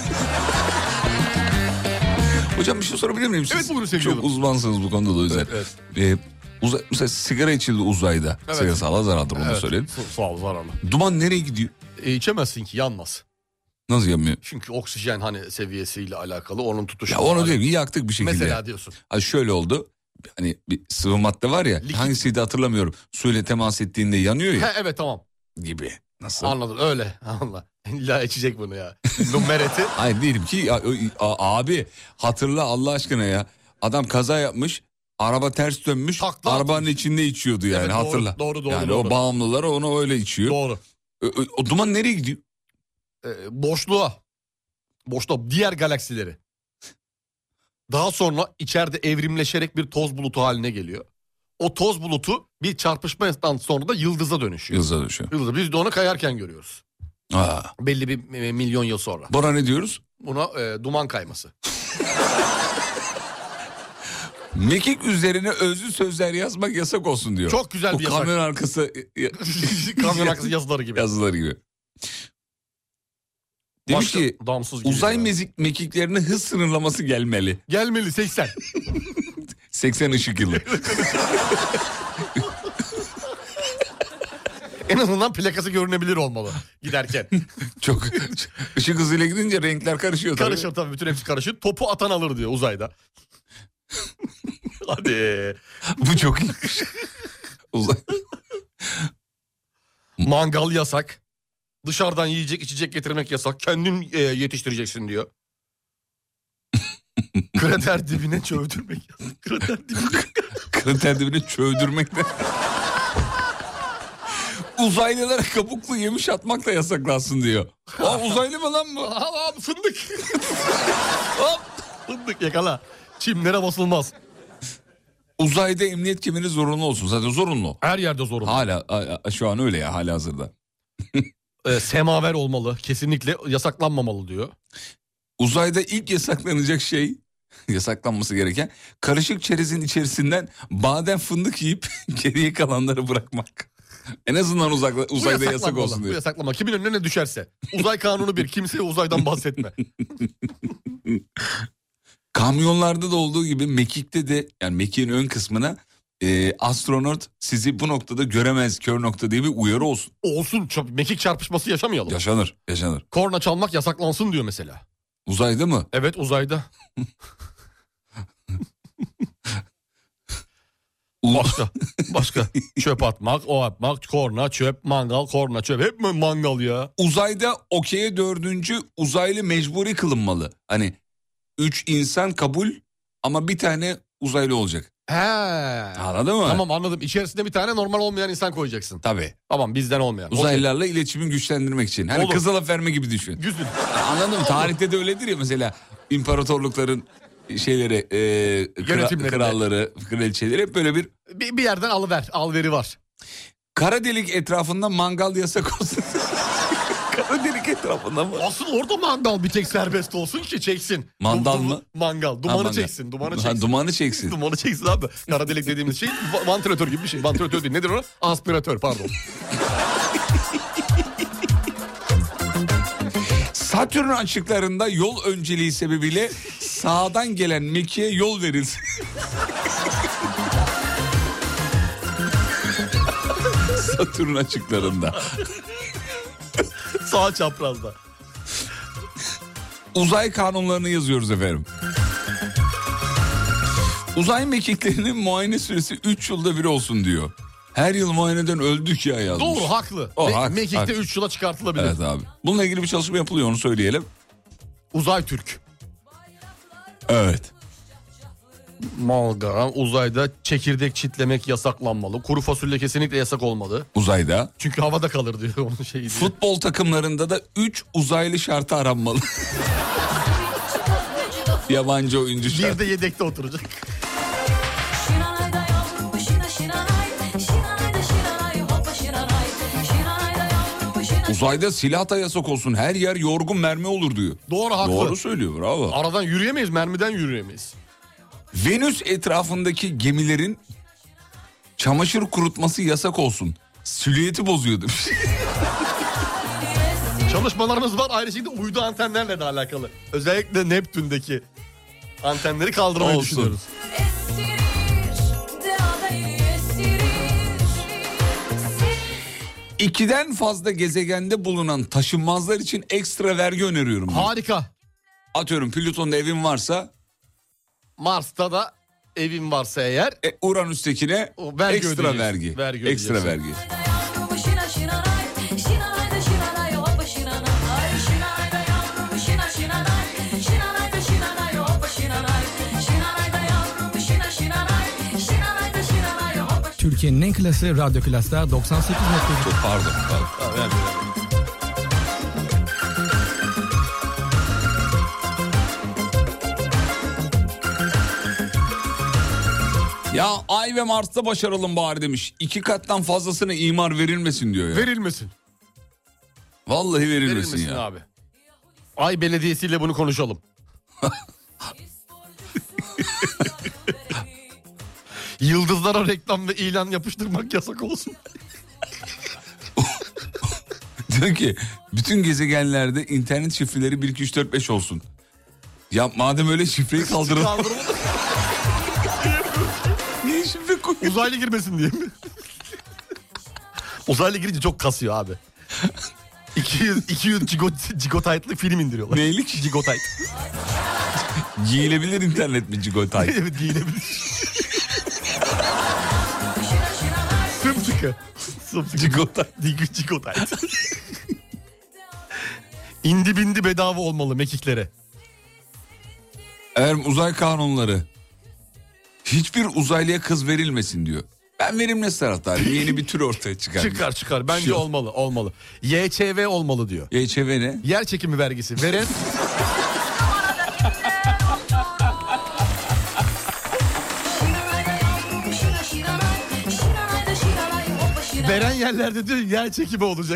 Speaker 4: Hocam bir şey sorabilir miyim? Siz
Speaker 5: Evet, buyurun sevgili
Speaker 4: çok uzmansınız bu konuda da o yüzden.
Speaker 5: Evet, evet.
Speaker 4: Ee, uzay, mesela sigara içildi uzayda.
Speaker 5: Evet.
Speaker 4: Sigara sağlığa zarardır onu
Speaker 5: Evet,
Speaker 4: da söyleyelim.
Speaker 5: Sağ ol, zararlı.
Speaker 4: Duman nereye gidiyor?
Speaker 5: E, içemezsin ki, yanmaz.
Speaker 4: Nasıl yanmıyor?
Speaker 5: Çünkü oksijen hani seviyesiyle alakalı, onun tutuşu.
Speaker 4: Ya onu değil mi? Yaktık bir şekilde.
Speaker 5: Mesela diyorsun.
Speaker 4: Ha şöyle oldu. Hani bir sıvı madde var ya.
Speaker 5: Likit.
Speaker 4: Hangisiydi hatırlamıyorum. Suyla temas ettiğinde yanıyor ya.
Speaker 5: He, evet tamam.
Speaker 4: Gibi. Nasıl?
Speaker 5: Anladım öyle. Allah. İlla içecek bunu ya. Numereti.
Speaker 4: Hayır diyelim ki ya, a- abi hatırla Allah aşkına ya. Adam kaza yapmış. Araba ters dönmüş.
Speaker 5: Takla
Speaker 4: arabanın
Speaker 5: atmış.
Speaker 4: içinde içiyordu yani,
Speaker 5: Evet, doğru,
Speaker 4: hatırla.
Speaker 5: doğru, doğru,
Speaker 4: Yani
Speaker 5: doğru.
Speaker 4: o bağımlılar onu öyle içiyor.
Speaker 5: Doğru.
Speaker 4: O, o, o duman nereye gidiyor?
Speaker 5: Ee, boşluğa. Boşluğa. Diğer galaksileri. Daha sonra içeride evrimleşerek bir toz bulutu haline geliyor. O toz bulutu bir çarpışmadan sonra da yıldıza dönüşüyor.
Speaker 4: Yıldıza dönüşüyor.
Speaker 5: Yıldız. Biz de onu kayarken görüyoruz.
Speaker 4: Aa.
Speaker 5: Belli bir e, milyon yıl sonra.
Speaker 4: Buna ne diyoruz?
Speaker 5: Buna e, duman kayması.
Speaker 4: Mekik üzerine özlü sözler yazmak yasak olsun diyor.
Speaker 5: Çok güzel
Speaker 4: o
Speaker 5: bir yasak.
Speaker 4: kamyon arkası
Speaker 5: Kamyon arkası yazıları gibi.
Speaker 4: yazıları gibi. Demiş
Speaker 5: Başka
Speaker 4: ki
Speaker 5: damsız gibi
Speaker 4: uzay
Speaker 5: yani.
Speaker 4: mezik mekiklerine hız sınırlaması gelmeli.
Speaker 5: Gelmeli seksen.
Speaker 4: seksen ışık yılı.
Speaker 5: En azından plakası görünebilir olmalı giderken.
Speaker 4: Çok ışık hızıyla gidince renkler karışıyor tabii.
Speaker 5: Karışır tabii, bütün hepsi karışır. Topu atan alır diyor uzayda. Hadi.
Speaker 4: Bu çok iyiymiş. Uzay.
Speaker 5: Mangal yasak. Dışarıdan yiyecek içecek getirmek yasak. Kendin e, yetiştireceksin diyor. Krater dibine çövdürmek yasak. Krater dibine.
Speaker 4: Krater dibine çövdürmek de. Uzaylılara kabuklu yemiş atmak da yasaklansın diyor. Aa, uzaylı mı lan bu?
Speaker 5: Aa, fındık. Hop, fındık yakala. Çimlere basılmaz.
Speaker 4: Uzayda emniyet kemeri zorunlu olsun. Zaten zorunlu.
Speaker 5: Her yerde zorunlu.
Speaker 4: Hala a- a- şu an öyle ya, hala hazırda.
Speaker 5: e, semaver olmalı. Kesinlikle yasaklanmamalı diyor.
Speaker 4: Uzayda ilk yasaklanacak şey, yasaklanması gereken, karışık çerezin içerisinden badem fındık yiyip geriye kalanları bırakmak. En azından uzakla, uzayda yasak
Speaker 5: yasaklanmalı,
Speaker 4: olsun
Speaker 5: Bu
Speaker 4: diyor.
Speaker 5: yasaklama. Kimin önüne ne düşerse. Uzay kanunu bir. Kimseye uzaydan bahsetme.
Speaker 4: Kamyonlarda da olduğu gibi mekikte de, yani mekiğin ön kısmına e, astronot sizi bu noktada göremez, kör nokta diye bir uyarı olsun.
Speaker 5: Olsun. Mekik çarpışması yaşamayalım.
Speaker 4: Yaşanır, yaşanır.
Speaker 5: Korna çalmak yasaklansın diyor mesela.
Speaker 4: Uzayda mı?
Speaker 5: Evet, uzayda. Başka. Başka. Çöp atmak, o atmak, korna, çöp, mangal, korna, çöp. Hep mi mangal ya?
Speaker 4: Uzayda okey'e dördüncü uzaylı mecburi kılınmalı. Hani üç insan kabul ama bir tane uzaylı olacak.
Speaker 5: He.
Speaker 4: Anladın mı?
Speaker 5: Tamam, anladım. İçerisinde bir tane normal olmayan insan koyacaksın.
Speaker 4: Tabii.
Speaker 5: Tamam, bizden olmayan.
Speaker 4: Uzaylılarla iletişimi güçlendirmek için. Hani
Speaker 5: Olur.
Speaker 4: Kızılaferme gibi düşün.
Speaker 5: Güzel.
Speaker 4: Anladın mı? Tarihte de öyledir ya, mesela imparatorlukların şeyleri, e, kra-
Speaker 5: Yönetimlerinde.
Speaker 4: kralları, kraliçeleri hep böyle bir...
Speaker 5: Bir, bir yerden alıver, alveri var.
Speaker 4: Kara delik etrafında mangal yasak olsun. Kara delik etrafında mı?
Speaker 5: Asıl orada mangal bir tek serbest olsun ki çeksin.
Speaker 4: Mandal
Speaker 5: Du- du-
Speaker 4: mı?
Speaker 5: Mangal. Dumanı
Speaker 4: Ha, mangal.
Speaker 5: çeksin. Dumanı
Speaker 4: Ha,
Speaker 5: çeksin.
Speaker 4: dumanı çeksin.
Speaker 5: Dumanı çeksin abi. Kara delik dediğimiz şey va- vantilatör gibi bir şey. Vantilatör değil. Nedir o? Aspiratör, pardon.
Speaker 4: Satürn açıklarında yol önceliği sebebiyle sağdan gelen mekiğe yol verilsin. Satürn açıklarında.
Speaker 5: Sağ çaprazda.
Speaker 4: Uzay kanunlarını yazıyoruz efendim. Uzay mekiklerinin muayene süresi üç yılda bir olsun diyor. Her yıl muayeneden öldük ya yazmış.
Speaker 5: Doğru, haklı.
Speaker 4: O,
Speaker 5: Me-
Speaker 4: hak-
Speaker 5: Mekik'te
Speaker 4: hak.
Speaker 5: üç yıla çıkartılabilir.
Speaker 4: Evet abi. Bununla ilgili bir çalışma yapılıyor, onu söyleyelim.
Speaker 5: Uzay Türk.
Speaker 4: Evet.
Speaker 5: Malga, uzayda çekirdek çitlemek yasaklanmalı. Kuru fasulye kesinlikle yasak olmalı.
Speaker 4: Uzayda.
Speaker 5: Çünkü havada kalır diyor onun şeyi diye.
Speaker 4: Futbol takımlarında da üç uzaylı şartı aranmalı. Yabancı oyuncu şartı.
Speaker 5: Bir de yedekte oturacak.
Speaker 4: Uzayda silah da yasak olsun. Her yer yorgun mermi olur diyor.
Speaker 5: Doğru, haklı.
Speaker 4: Doğru söylüyor, bravo.
Speaker 5: Aradan yürüyemeyiz, mermiden yürüyemeyiz.
Speaker 4: Venüs etrafındaki gemilerin çamaşır kurutması yasak olsun. Silüeti bozuyor demiş.
Speaker 5: Çalışmalarımız var, aynı şekilde uydu antenlerle de alakalı. Özellikle Neptün'deki antenleri kaldırmayı
Speaker 4: Olsun.
Speaker 5: düşünüyoruz.
Speaker 4: İkiden fazla gezegende bulunan taşınmazlar için ekstra vergi öneriyorum.
Speaker 5: Harika.
Speaker 4: Atıyorum Plüton'da evin varsa,
Speaker 5: Mars'ta da evin varsa eğer,
Speaker 4: e, Uranüs'tekine
Speaker 5: o vergi
Speaker 4: ekstra
Speaker 5: ödeyeceksin.
Speaker 4: vergi.
Speaker 5: Vergi
Speaker 4: ekstra
Speaker 5: ödeyeceksin.
Speaker 4: vergi.
Speaker 10: Türkiye'nin en klası Radyo Klas'ta doksan sekiz nokta üç.
Speaker 4: Çok pardon. pardon.
Speaker 5: Ha,
Speaker 4: Ya Ay ve Mars'ta başaralım bari demiş. İki kattan fazlasına imar verilmesin diyor ya.
Speaker 5: Verilmesin.
Speaker 4: Vallahi verilmesin,
Speaker 5: Verilmesin
Speaker 4: ya.
Speaker 5: abi. Ay Belediyesi'yle bunu konuşalım. Yıldızlara reklam ve ilan yapıştırmak yasak olsun.
Speaker 4: Diyor ki bütün gezegenlerde internet şifreleri bir iki üç dört beş olsun. Ya madem öyle şifreyi kaldıralım.
Speaker 5: Kaldıralım.
Speaker 4: Niye şifre koyuyor?
Speaker 5: Uzaylı girmesin diye mi? Uzaylı girince çok kasıyor abi. iki yüz, iki yüz gigobaytlık film indiriyorlar.
Speaker 4: Neylik?
Speaker 5: Gigobayt.
Speaker 4: Giyilebilir internet mi Gigotay?
Speaker 5: Evet, giyilebilir. Sımsıkı. Sımsıkı.
Speaker 4: Gigotay.
Speaker 5: Gigobayt. İndi bindi bedava olmalı mekiklere.
Speaker 4: Eğer uzay kanunları hiçbir uzaylıya kız verilmesin diyor. Ben verilmesi taraftarıyım. Yeni bir tür ortaya çıkar.
Speaker 5: Çıkar çıkar. Bence
Speaker 4: Şu-
Speaker 5: olmalı olmalı. Y Ç V olmalı diyor.
Speaker 4: Y Ç V ne?
Speaker 5: Yer çekimi vergisi veren veren yerlerde diyor yer çekimi olacak.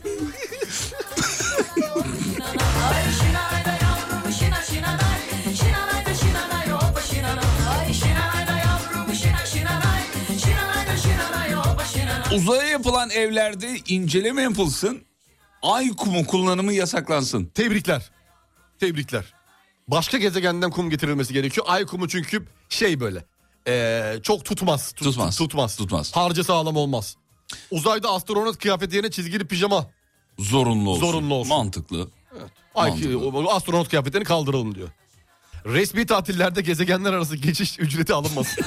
Speaker 4: Uzaya yapılan evlerde inceleme yapılsın. Ay kumu kullanımı yasaklansın.
Speaker 5: Tebrikler. Tebrikler. Başka gezegenden kum getirilmesi gerekiyor. Ay kumu çünkü şey böyle. Ee, çok tutmaz. Tut-
Speaker 4: Tutmaz.
Speaker 5: Tutmaz.
Speaker 4: Tutmaz.
Speaker 5: Harca sağlam olmaz. Uzayda astronot kıyafeti yerine çizgili pijama.
Speaker 4: Zorunlu olsun.
Speaker 5: Zorunlu olsun.
Speaker 4: Mantıklı.
Speaker 5: Ay,
Speaker 4: Mantıklı.
Speaker 5: o- astronot kıyafetlerini kaldıralım diyor. Resmi tatillerde gezegenler arası geçiş ücreti alınmasın.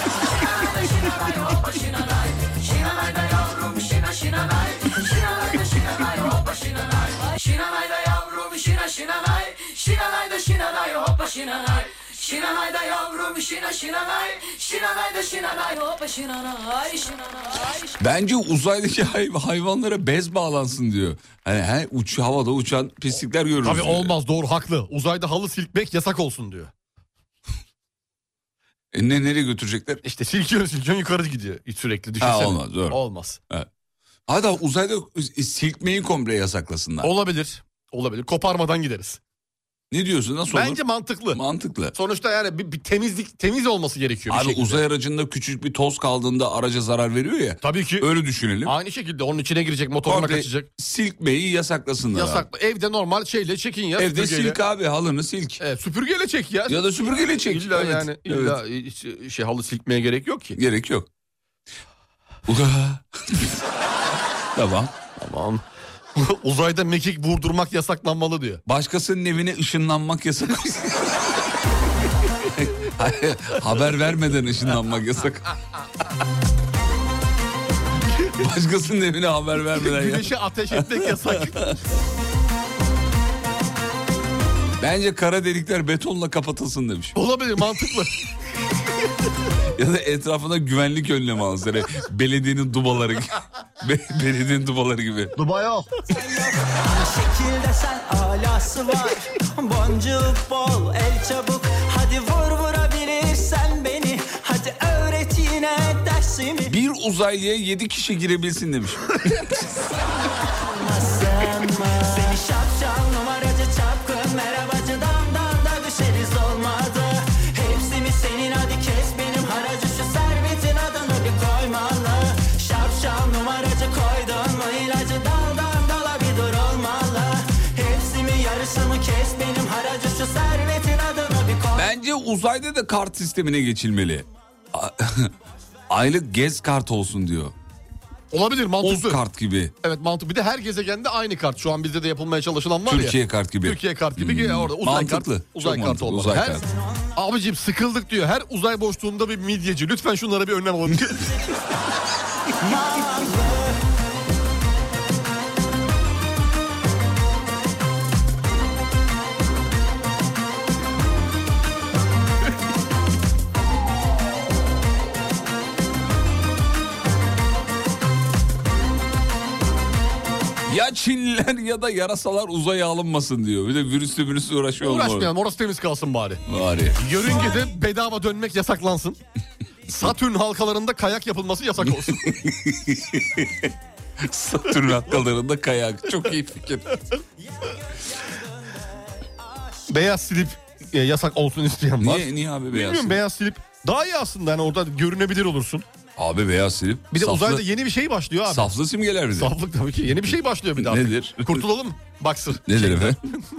Speaker 9: Şinanayda yavrum şina şinanay, şinanayda şinanay hoppa şinanay, şinanay.
Speaker 4: Bence uzaydaki hay- hayvanlara bez bağlansın diyor. Hani he, uç, havada uçan pislikler görürüz.
Speaker 5: Tabii
Speaker 4: diyor.
Speaker 5: olmaz, doğru, haklı. Uzayda halı silkmek yasak olsun diyor.
Speaker 4: E ne, nereye götürecekler?
Speaker 5: İşte silkiyorsun silkiyorsun yukarı gidiyor sürekli, düşünsene.
Speaker 4: Ha, olmaz, doğru.
Speaker 5: Olmaz.
Speaker 4: Evet. Hatta uzayda silkmeyi komple yasaklasınlar.
Speaker 5: Olabilir. Olabilir. Koparmadan gideriz.
Speaker 4: Ne diyorsun, nasıl olur?
Speaker 5: Bence mantıklı.
Speaker 4: Mantıklı.
Speaker 5: Sonuçta yani bir, bir temizlik temiz olması gerekiyor. bir
Speaker 4: Abi
Speaker 5: şekilde.
Speaker 4: uzay aracında küçük bir toz kaldığında araca zarar veriyor ya.
Speaker 5: Tabii ki.
Speaker 4: Öyle düşünelim.
Speaker 5: Aynı şekilde onun içine girecek, motoruna
Speaker 4: Komple
Speaker 5: kaçacak.
Speaker 4: silkmeyi yasaklasınlar. abi.
Speaker 5: Yasak. Evde normal şeyle çekin ya.
Speaker 4: Evde
Speaker 5: süpürgeyle.
Speaker 4: silk abi, halını silk.
Speaker 5: Evet, süpürgeyle çek ya.
Speaker 4: Ya da süpürgeyle çek.
Speaker 5: İlla
Speaker 4: Evet,
Speaker 5: yani illa hiç şey halı silkmeye gerek yok ki.
Speaker 4: Gerek yok. Tamam.
Speaker 5: Tamam. Uzayda mekik vurdurmak yasaklanmalı diyor.
Speaker 4: Başkasının evine ışınlanmak yasak. Hayır, haber vermeden ışınlanmak yasak. Başkasının evine haber vermeden ya.
Speaker 5: Güneşe ateş etmek yasak.
Speaker 4: Bence kara delikler betonla kapatılsın demiş.
Speaker 5: Olabilir, mantıklı.
Speaker 4: Ya da etrafına güvenlik önlemi alsın. Yani belediyenin dubaları gibi. Be- belediyenin dubaları gibi.
Speaker 5: Duba yok.
Speaker 2: Şekilde sen alası var. Boncuk bol el çabuk. Hadi vur vurabilirsen beni. Hadi öğret yine dersimi.
Speaker 4: Bir uzaylıya yedi kişi girebilsin demiş.
Speaker 2: Numaracı koydun mu ilacı daldan dala bir dur olmalı. Hepsi mi yarısı mı kes benim haracı şu servetin adını bir koy.
Speaker 4: Bence uzayda da kart sistemine geçilmeli. Aylık gez kart olsun diyor.
Speaker 5: Olabilir, mantıklı.
Speaker 4: Uz kart gibi.
Speaker 5: Evet, mantıklı. Bir de her gezegende aynı kart. Şu an bizde de yapılmaya çalışılan var
Speaker 4: Türkiye
Speaker 5: ya.
Speaker 4: Türkiye kart gibi.
Speaker 5: Türkiye kart gibi. Hmm. Orada uzay
Speaker 4: mantıklı.
Speaker 5: kart. Uzay
Speaker 4: Çok
Speaker 5: kart
Speaker 4: mantıklı.
Speaker 5: olmalı.
Speaker 4: Uzay
Speaker 5: Her...
Speaker 4: kart.
Speaker 5: Abicim sıkıldık diyor. Her uzay boşluğunda bir midyeci. Lütfen şunlara bir önlem alın.
Speaker 4: Ya Çinliler ya da yarasalar uzaya alınmasın diyor. Bir de virüsle virüsle uğraşıyor olmalı.
Speaker 5: Uğraşmayalım, orası temiz kalsın bari.
Speaker 4: Bari.
Speaker 5: Yörüngede bedava dönmek yasaklansın. Satürn halkalarında kayak yapılması yasak olsun.
Speaker 4: Satürn halkalarında kayak. Çok iyi fikir.
Speaker 5: Beyaz silip e, yasak olsun isteyen var.
Speaker 4: Niye, niye abi beyaz
Speaker 5: Bilmiyorum,
Speaker 4: silip?
Speaker 5: beyaz silip daha iyi aslında. Yani orada görünebilir olursun.
Speaker 4: Abi beyaz silip.
Speaker 5: Bir de
Speaker 4: saflı,
Speaker 5: uzayda yeni bir şey başlıyor abi.
Speaker 4: Saflı simgeler bir de.
Speaker 5: Saflık tabii ki. Yeni bir şey başlıyor bir daha.
Speaker 4: Nedir?
Speaker 5: Kurtulalım. Baksır.
Speaker 4: Nedir efendim?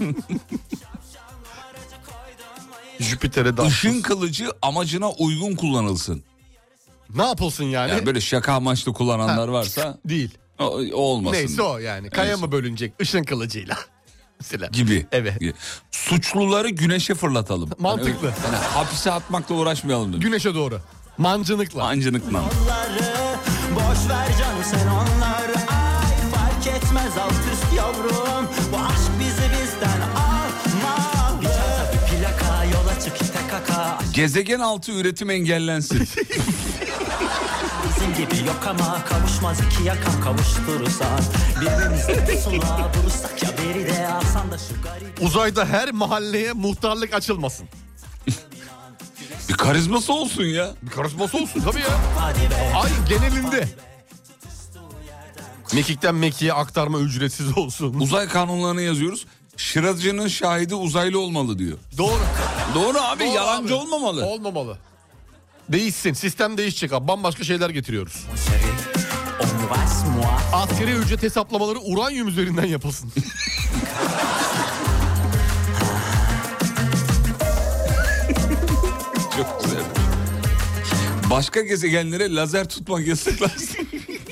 Speaker 5: Jüpiter'e daha.
Speaker 4: Işın kılıcı amacına uygun kullanılsın.
Speaker 5: Ne yapılsın yani?
Speaker 4: Yani böyle şaka amaçlı kullananlar
Speaker 5: Ha,
Speaker 4: varsa.
Speaker 5: Değil.
Speaker 4: O, o olmasın.
Speaker 5: Neyse o yani. Kaya
Speaker 4: Neyse.
Speaker 5: mı bölünecek ışın kılıcıyla? Mesela.
Speaker 4: Gibi.
Speaker 5: Evet.
Speaker 4: Gibi. Suçluları güneşe fırlatalım.
Speaker 5: Mantıklı.
Speaker 4: Yani, yani hapise atmakla uğraşmayalım demiş.
Speaker 5: Güneşe doğru. Mancınıkla.
Speaker 4: Mancınıkla.
Speaker 2: Boş ver canım sen onları. Ay fark etmez alt üst yavrum. Bu aşk bizi bizden almalı. Bir plaka yola çık tekaka.
Speaker 4: Gezegen altı üretim engellensin.
Speaker 2: Bizim gibi yok ama kavuşmaz iki yakam kavuşturursan. Birbirimizle pusula bulursak ya beri de alsan da şu garip.
Speaker 5: Uzayda her mahalleye muhtarlık açılmasın.
Speaker 4: Bir karizması olsun ya.
Speaker 5: Bir karizması olsun tabii ya. Ay genelinde. Mekikten Mekik'e aktarma ücretsiz olsun.
Speaker 4: Uzay kanunlarını yazıyoruz. Şıracının şahidi uzaylı olmalı diyor.
Speaker 5: Doğru.
Speaker 4: Doğru abi,
Speaker 5: Doğru
Speaker 4: yalancı
Speaker 5: abi.
Speaker 4: olmamalı.
Speaker 5: Olmamalı. Değişsin. Sistem değişecek abi. Bambaşka şeyler getiriyoruz. Asgari ücret hesaplamaları uranyum üzerinden yapılsın.
Speaker 4: Çok güzel. Başka gezegenlere lazer tutmak yasaklansın.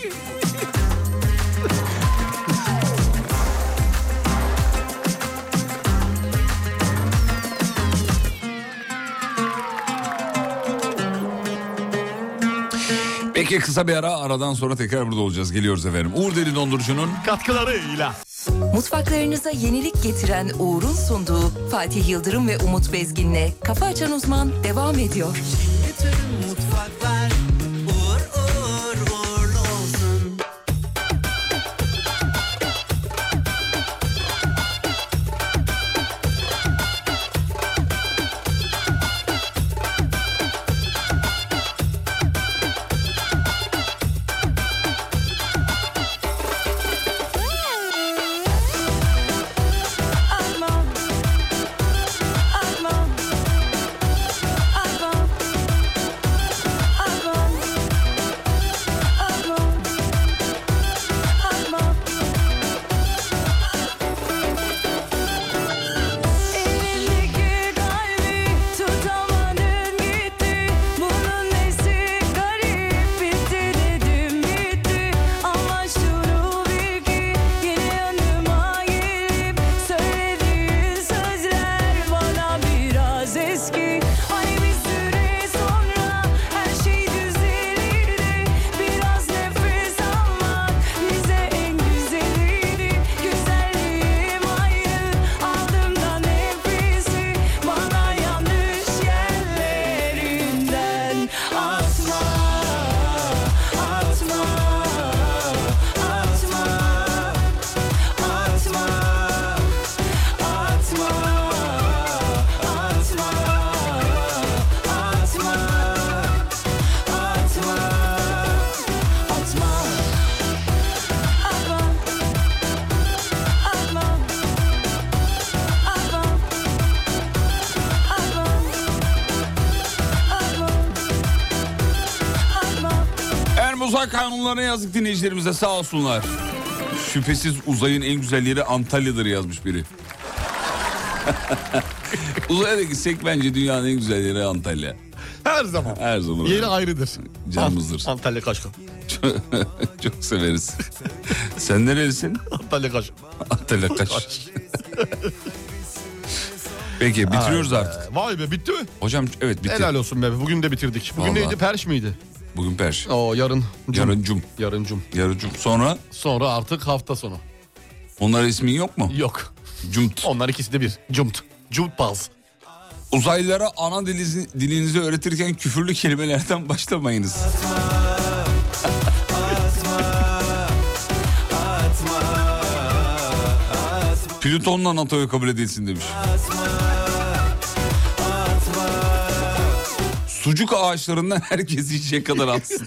Speaker 4: Peki kısa bir ara, aradan sonra tekrar burada olacağız. Geliyoruz efendim. Uğur Derin Dondurucu'nun
Speaker 5: katkılarıyla.
Speaker 1: Mutfaklarınıza yenilik getiren Uğur'un sunduğu Fatih Yıldırım ve Umut Bezgin'le Kafa Açan Uzman devam ediyor.
Speaker 2: Bütün mutfaklar uğur uğur uğurlu olsun.
Speaker 4: uzay kanunlarına yazık dinleyicilerimize, sağ olsunlar. Şüphesiz uzayın en güzel yeri Antalya'dır yazmış biri. Uzaya da gitsek bence dünyanın en güzel yeri Antalya.
Speaker 5: Her zaman.
Speaker 4: Her zaman.
Speaker 5: Yeri ayrıdır.
Speaker 4: Canımızdır.
Speaker 5: Antalya Kaşkın.
Speaker 4: Çok severiz. Sen nerelisin?
Speaker 5: Antalya Kaşkın.
Speaker 4: Antalya Kaş. Peki bitiriyoruz
Speaker 5: Ay be.
Speaker 4: artık.
Speaker 5: Vay be, bitti mi?
Speaker 4: Hocam evet bitti.
Speaker 5: Helal olsun be. Bugün de bitirdik. Bugün
Speaker 4: Vallahi.
Speaker 5: neydi? Perş miydi?
Speaker 4: Bugün Perş.
Speaker 5: Oo, yarın cum.
Speaker 4: Yarın cum.
Speaker 5: Yarın cum.
Speaker 4: Yarın cum. Sonra?
Speaker 5: Sonra artık hafta sonu.
Speaker 4: Onlar ismin yok mu?
Speaker 5: Yok.
Speaker 4: Cumt.
Speaker 5: Onlar ikisi de bir. Cumt. Cumt baz.
Speaker 4: Uzaylılara ana dilinizi, dilinizi öğretirken küfürlü kelimelerden başlamayınız. Plüton'la NATO'ya kabul edilsin demiş. Sucuk ağaçlarından herkes yiyecek kadar alsın.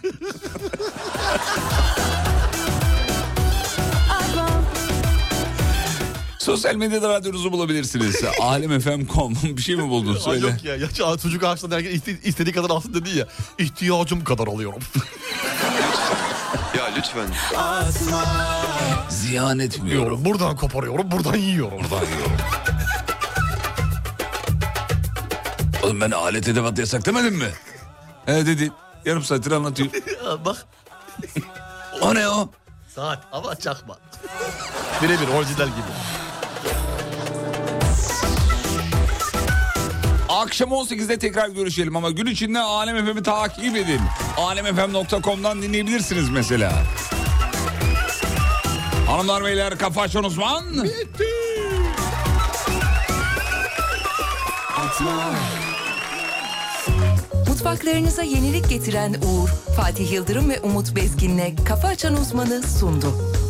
Speaker 4: Sosyal medyada radyonuzu bulabilirsiniz. alemfm nokta com. Bir şey mi buldun? Söyle.
Speaker 5: Ay yok ya. ya çocuk ağaçtan herkes iste- istediği kadar alsın dedi ya. İhtiyacım kadar alıyorum.
Speaker 11: Ya lütfen.
Speaker 4: Ziyan etmiyorum.
Speaker 5: Buradan koparıyorum, buradan yiyorum.
Speaker 4: Buradan yiyorum. Oğlum ben alet edevat yasak demedim mi? He dedi. Yarım saattir anlatıyor.
Speaker 5: Bak.
Speaker 4: O ne o?
Speaker 5: Saat ama çakma. Birebir orijinal gibi.
Speaker 4: Akşam on sekizde tekrar görüşelim ama gün içinde Alem F M'i takip edin. alemfm nokta com'dan dinleyebilirsiniz mesela. Hanımlar beyler, Kafa Açan Uzman.
Speaker 5: Bitti.
Speaker 1: Mutfaklarınıza yenilik getiren Uğur, Fatih Yıldırım ve Umut Bezgin'le Kafa Açan Uzman'ı sundu.